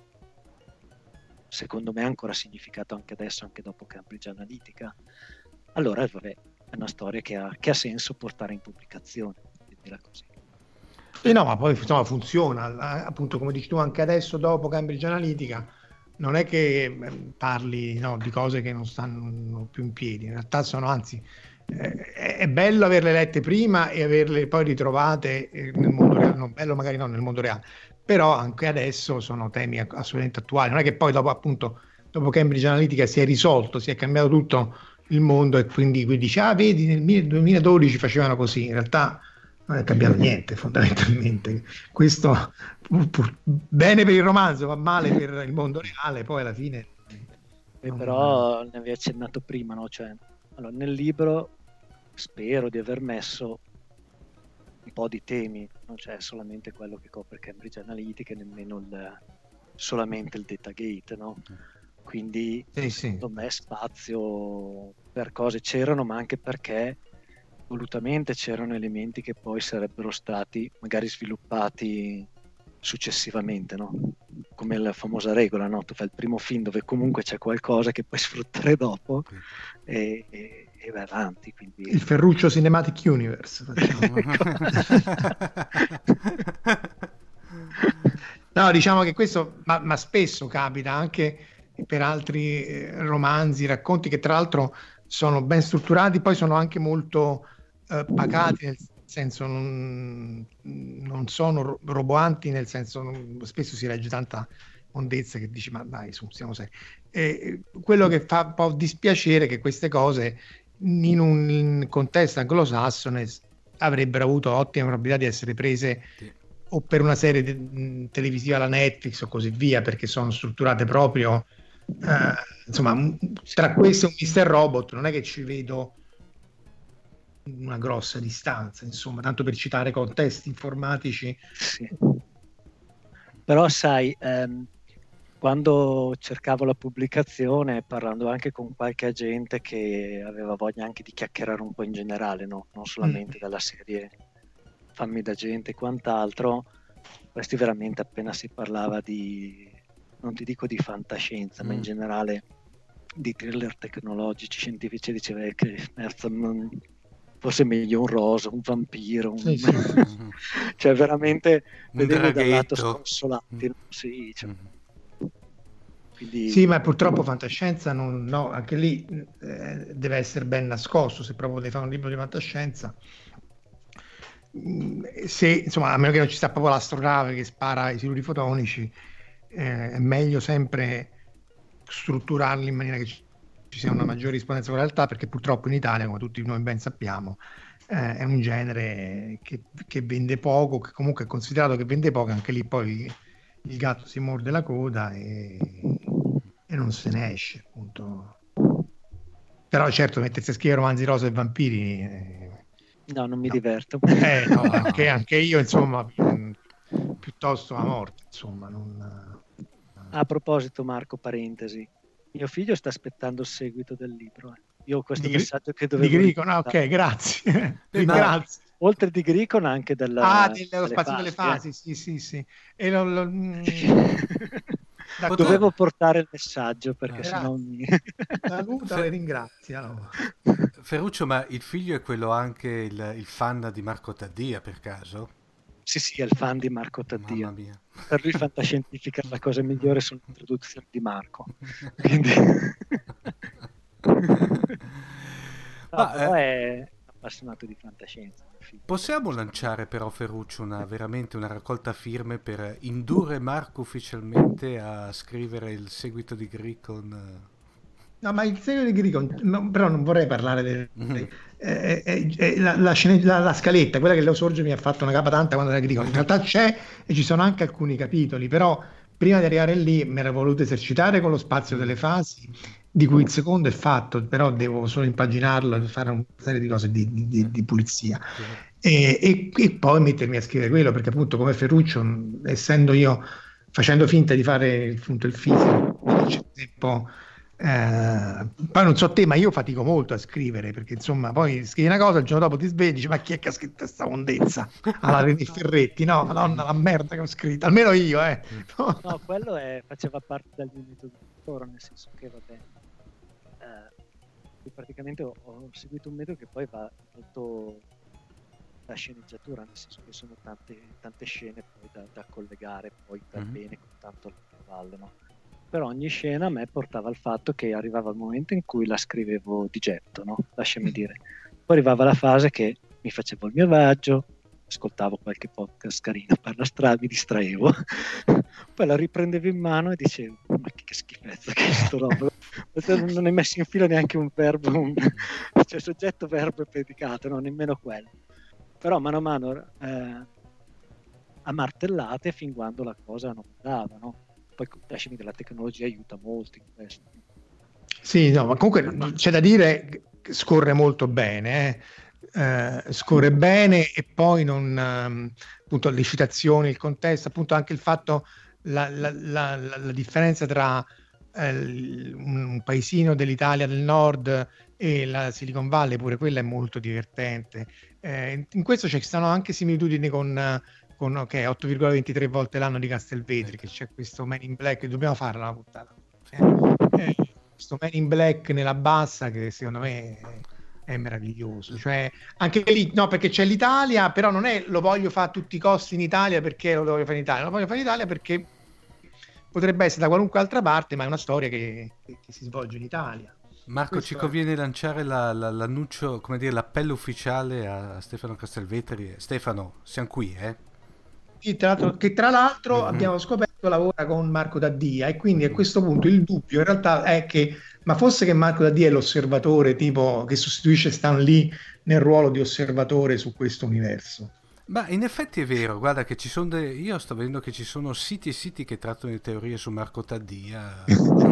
secondo me ha ancora significato anche adesso, anche dopo Cambridge Analytica, allora vabbè, è una storia che ha senso portare in pubblicazione, dirla così. No, ma poi insomma funziona, appunto come dici tu anche adesso dopo Cambridge Analytica, non è che parli di cose che non stanno più in piedi, in realtà sono, anzi, è bello averle lette prima e averle poi ritrovate nel mondo reale, no, bello magari non nel mondo reale, però anche adesso sono temi assolutamente attuali, non è che poi dopo Cambridge Analytica si è risolto, si è cambiato tutto il mondo e quindi dici, vedi, nel 2012 facevano così, in realtà non è cambiato niente fondamentalmente. Questo bene per il romanzo, va male per il mondo reale, poi alla fine però ne avevi accennato prima, no? Cioè, allora, nel libro spero di aver messo un po' di temi, non c'è solamente quello che copre Cambridge Analytica e nemmeno solamente il Datagate, no? Quindi secondo me spazio per cose c'erano, ma anche perché volutamente c'erano elementi che poi sarebbero stati magari sviluppati successivamente, no? Come la famosa regola, no? Tu fai il primo film dove comunque c'è qualcosa che puoi sfruttare dopo e vai avanti, quindi... Il Ferruccio Cinematic Universe, facciamo. No, diciamo che questo ma spesso capita anche per altri romanzi, racconti che tra l'altro sono ben strutturati, poi sono anche molto pacati, nel senso non sono roboanti, nel senso spesso si legge tanta mondezza che dici ma dai, siamo seri. Quello che fa un po' dispiacere è che queste cose in un contesto anglosassone avrebbero avuto ottime probabilità di essere prese o per una serie televisiva alla Netflix o così via, perché sono strutturate proprio insomma, tra questo e un Mr. Robot non è che ci vedo una grossa distanza, insomma, tanto per citare contesti informatici. Sì. Però sai, quando cercavo la pubblicazione, parlando anche con qualche agente che aveva voglia anche di chiacchierare un po' in generale, no? Non solamente dalla serie Fammi da gente e quant'altro, questi veramente appena si parlava di, non ti dico di fantascienza, ma in generale di thriller tecnologici, scientifici, diceva che forse meglio un rosa, un vampiro, cioè veramente vedevo dal lato sconsolati. Sì, cioè. Quindi... Sì, ma purtroppo fantascienza no, anche lì deve essere ben nascosto se proprio devi fare un libro di fantascienza. Se, insomma, a meno che non ci sta proprio l'astronave che spara i siluri fotonici, è meglio sempre strutturarli in maniera che ci sia una maggiore rispondenza con la realtà, perché purtroppo in Italia, come tutti noi ben sappiamo, è un genere che vende poco, che comunque è considerato che vende poco, anche lì poi il gatto si morde la coda e non se ne esce, appunto. Però certo, mettersi a scrivere romanzi rosa e vampiri no, non mi diverto. No, anche io, insomma, piuttosto a morte, insomma. A proposito, Marco, parentesi, mio figlio sta aspettando il seguito del libro. Io ho questo Di messaggio che Di dovevo Grico, no, ricordare. ok, grazie. Ma- Grazie. Oltre di Gricon anche Dello delle spazio delle fasi, fasi, sì. E d'accordo. Dovevo portare il messaggio perché Grazie. sennò mi... Saluta e ringrazia. No. Ferruccio, ma il figlio è quello anche il fan di Marco Taddia, per caso? Sì, è il fan di Marco Taddia. Mamma mia. Per lui fantascientifica la cosa migliore sono le introduzioni di Marco. Quindi... però è appassionato di fantascienza. Possiamo lanciare però, Ferruccio, veramente una raccolta firme per indurre Marco ufficialmente a scrivere il seguito di Gricon? No, ma il seguito di Gricon, però non vorrei parlare la scaletta, quella che Leo Sorge mi ha fatto una capa tanta quando era Gricon. In realtà c'è e ci sono anche alcuni capitoli, però prima di arrivare lì mi ero voluto esercitare con lo spazio delle fasi, di cui il secondo è fatto, però devo solo impaginarlo e fare una serie di cose di pulizia. E poi mettermi a scrivere quello, perché appunto come Ferruccio, essendo io facendo finta di fare appunto il fisico, c'è tempo. Poi non so te, ma io fatico molto a scrivere, perché insomma poi scrivi una cosa, il giorno dopo ti svegli e dici: ma chi è che ha scritto questa mondezza alla René Ferretti? No, madonna, la merda che ho scritto, almeno io No, quello faceva parte del mio metodo di lavoro, nel senso che vabbè, praticamente ho seguito un metodo che poi va molto da sceneggiatura, nel senso che sono tante scene poi da collegare poi per bene con tanto alle palle, no? Però ogni scena a me portava al fatto che arrivava il momento in cui la scrivevo di getto, no? Lasciami dire. Poi arrivava la fase che mi facevo il mio viaggio, ascoltavo qualche podcast carino per la strada, mi distraevo, poi la riprendevo in mano e dicevo: ma che schifezza che è sto roba, non hai messo in fila neanche un verbo, cioè soggetto, verbo e predicato, no, nemmeno quello. Però mano a mano a martellate fin quando la cosa non andava, no? Poi lasciami che la tecnologia aiuta molto in questo. Sì, no, ma comunque c'è da dire che scorre molto bene, scorre bene, e poi non appunto le citazioni, il contesto, appunto anche il fatto, la differenza tra un paesino dell'Italia del nord e la Silicon Valley, pure quella è molto divertente. In questo ci stanno anche similitudini con 8,23 volte l'anno di Castelvetri, che c'è questo Man in Black, dobbiamo farla una puntata. Questo Man in Black nella bassa che secondo me è meraviglioso, cioè anche lì, no, perché c'è l'Italia, però non è lo voglio fare a tutti i costi in Italia perché lo voglio fare in Italia, lo voglio fare in Italia perché potrebbe essere da qualunque altra parte, ma è una storia che si svolge in Italia. Marco, Questo ci conviene lanciare l'annuncio, come dire, l'appello ufficiale a Stefano Castelvetri. Stefano, siamo qui, che tra l'altro abbiamo scoperto lavora con Marco Taddia, e quindi a questo punto il dubbio in realtà è che, ma fosse che Marco Taddia è l'osservatore tipo che sostituisce Stan Lee nel ruolo di osservatore su questo universo. Ma in effetti è vero, guarda che ci sono io sto vedendo che ci sono siti e siti che trattano di teorie su Marco Taddia.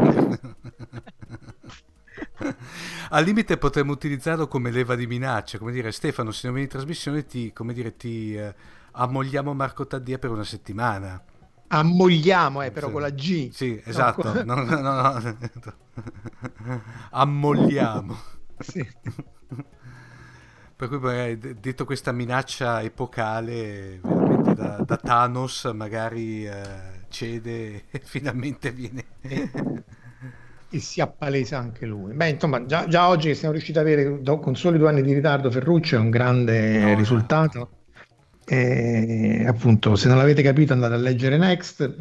Al limite potremmo utilizzarlo come leva di minaccia, come dire: Stefano, se non vieni in trasmissione ti ammogliamo Marco Taddia per una settimana. Ammogliamo, però sì, con la G. Sì, esatto. No. Ammogliamo. Sì. Per cui, detto questa minaccia epocale, veramente da Thanos, magari cede e finalmente viene... E si appalesa anche lui. Beh, insomma, già oggi che siamo riusciti ad avere con soli 2 anni di ritardo Ferruccio è un grande risultato. Appunto, se non l'avete capito, andate a leggere Next,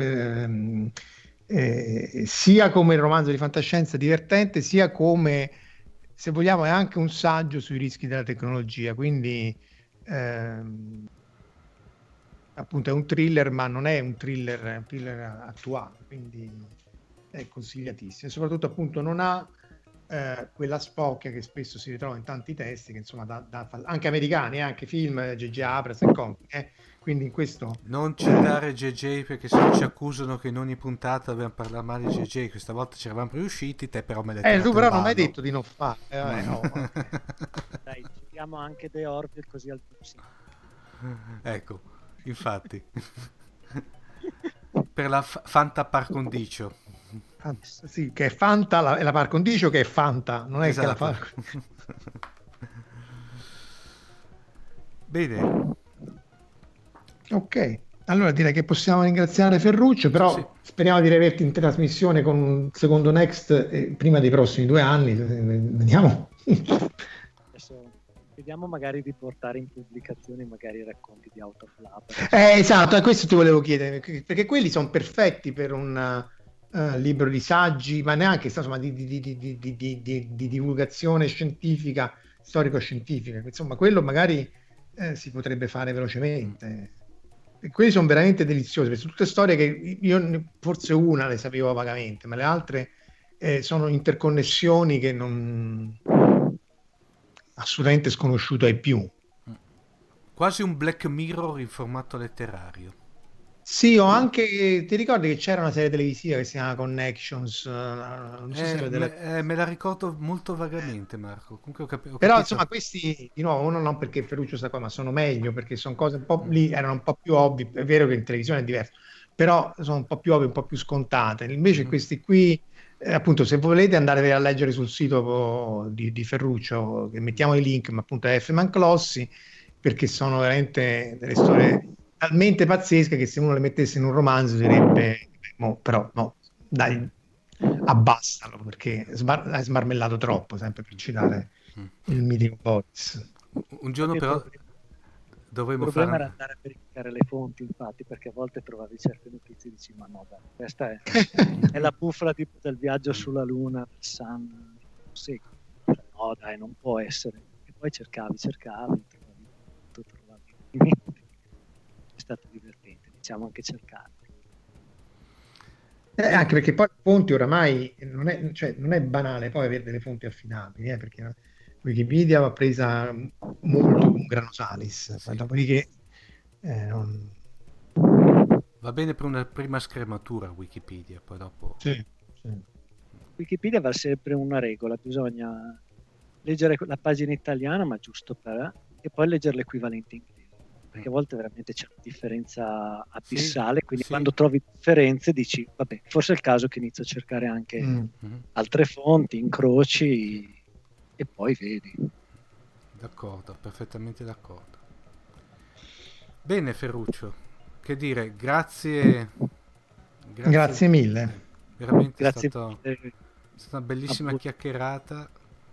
sia come il romanzo di fantascienza divertente, sia come, se vogliamo, è anche un saggio sui rischi della tecnologia. Quindi appunto è un thriller, ma non è un thriller attuale, quindi è consigliatissimo, e soprattutto appunto non ha quella spocchia che spesso si ritrova in tanti testi, che insomma anche americani, anche film J.J. Abrams e compagni, quindi in questo non citare J.J. perché se no ci accusano che in ogni puntata dobbiamo parlare male di J.J. Questa volta ci eravamo riusciti, te però me l'hai tu però non mi hai detto di non fare, no. Dai, citiamo anche The Orville così al ecco, infatti per la Fanta par condicio. Sì, che è Fanta, è la par condicio che è Fanta, non è Esatto. che la fa. Bene. Ok, allora direi che possiamo ringraziare Ferruccio, però Sì. speriamo di riaverti in trasmissione con un secondo Next prima dei prossimi 2 anni. Vediamo. Adesso vediamo magari di portare in pubblicazione magari i racconti di Out of Lab. Esatto, questo ti volevo chiedere, perché quelli sono perfetti per un libro di saggi, ma neanche insomma, di divulgazione scientifica, storico-scientifica. Insomma, quello magari si potrebbe fare velocemente. E quelli sono veramente deliziosi, perché sono tutte storie che io forse una le sapevo vagamente, ma le altre sono interconnessioni che non assolutamente sconosciuto ai più. Quasi un Black Mirror in formato letterario. Sì, ho anche, ti ricordi che c'era una serie televisiva che si chiama Connections? Non so se Me la ricordo molto vagamente, Marco. Comunque ho Però capito. insomma questi, di nuovo, uno non perché Ferruccio sta qua, ma sono meglio, perché sono cose un po' lì, erano un po' più ovvie, è vero che in televisione è diverso, però sono un po' più ovvie, un po' più scontate. Invece questi qui, appunto, se volete andare a leggere sul sito di Ferruccio, che mettiamo i link, ma appunto è F. Manclossi, perché sono veramente delle storie talmente pazzesche che se uno le mettesse in un romanzo direbbe, però no, dai, abbassalo, perché hai smarmellato troppo, sempre per citare il mitico Boris. Un giorno però dovremmo Il problema fare... era andare a verificare le fonti, infatti, perché a volte trovavi certe notizie e dici, ma no, dai, questa è la bufala tipo del viaggio sulla Luna, del Sun, sì. No, dai, non può essere. E poi cercavi, trovavi. È stato divertente, diciamo, anche cercare. Anche perché poi le fonti oramai non è banale poi avere delle fonti affidabili, perché Wikipedia va presa molto con grano salis, Sì. dopodiché non... Va bene per una prima scrematura Wikipedia, poi dopo... Sì. Wikipedia va sempre una regola, bisogna leggere la pagina italiana, ma giusto per... e poi leggere l'equivalente inglese. Perché a volte veramente c'è una differenza abissale, quindi quando trovi differenze dici, vabbè, forse è il caso che inizio a cercare anche altre fonti, incroci e poi vedi. D'accordo, perfettamente d'accordo. Bene Ferruccio, che dire, grazie mille. Veramente Grazie è stata una bellissima chiacchierata.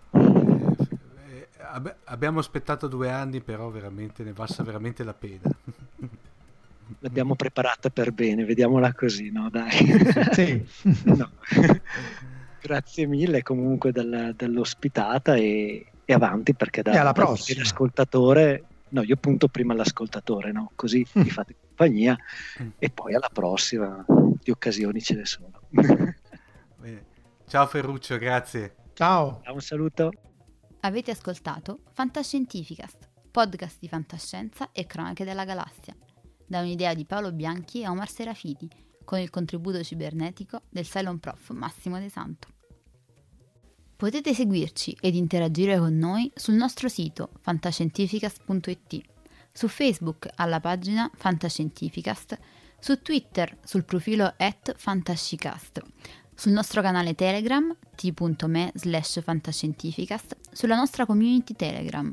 Abbiamo aspettato 2 anni, però veramente ne valsa veramente la pena. L'abbiamo preparata per bene, vediamola così, no? Dai. Sì. No. Grazie mille comunque dell'ospitata e avanti, perché alla prossima. L'ascoltatore, no, io punto prima all'ascoltatore, no? Così mi fate compagnia e poi alla prossima, di occasioni ce ne sono. Bene. Ciao Ferruccio, grazie. Ciao. Un saluto. Avete ascoltato Fantascientificast, podcast di fantascienza e cronache della galassia, da un'idea di Paolo Bianchi e Omar Serafiti, con il contributo cibernetico del Cylon Prof Massimo De Santo. Potete seguirci ed interagire con noi sul nostro sito fantascientificast.it, su Facebook alla pagina Fantascientificast, su Twitter sul profilo @fantascicast, sul nostro canale Telegram t.me/fantascientificast, sulla nostra community Telegram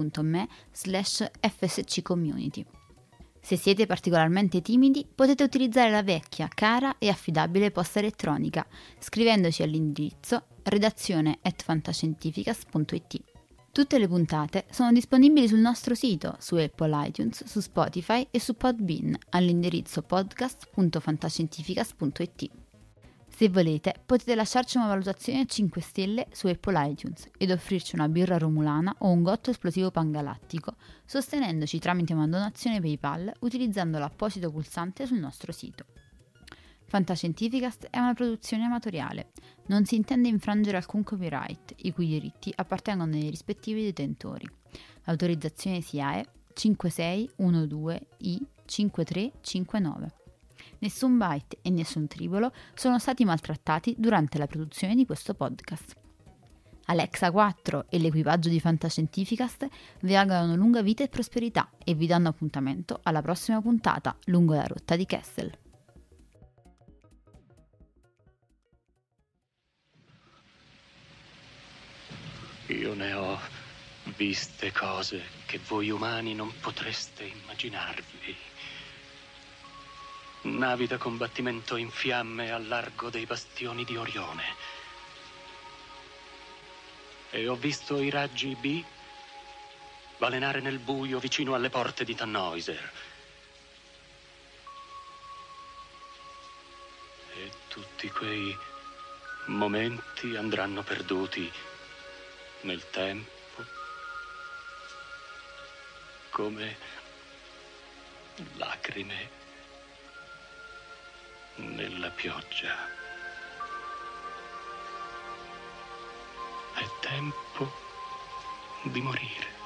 t.me/fsccommunity. Se siete particolarmente timidi, potete utilizzare la vecchia, cara e affidabile posta elettronica, scrivendoci all'indirizzo redazione@fantascientificast.it. Tutte le puntate sono disponibili sul nostro sito, su Apple iTunes, su Spotify e su Podbean, all'indirizzo podcast.fantascientificast.it. Se volete, potete lasciarci una valutazione a 5 stelle su Apple iTunes ed offrirci una birra romulana o un gotto esplosivo pangalattico, sostenendoci tramite una donazione PayPal utilizzando l'apposito pulsante sul nostro sito. Fantascientificast è una produzione amatoriale, non si intende infrangere alcun copyright, i cui diritti appartengono ai rispettivi detentori. L'autorizzazione SIAE 5612I5359. Nessun byte e nessun tribolo sono stati maltrattati durante la produzione di questo podcast. Alexa 4 e l'equipaggio di Fantascientificast vi augurano lunga vita e prosperità e vi danno appuntamento alla prossima puntata lungo la rotta di Kessel. Io ne ho viste cose che voi umani non potreste immaginarvi. Navi da combattimento in fiamme al largo dei bastioni di Orione. E ho visto i raggi B balenare nel buio vicino alle porte di Tannhäuser. E tutti quei momenti andranno perduti nel tempo, come lacrime nella pioggia. È tempo di morire.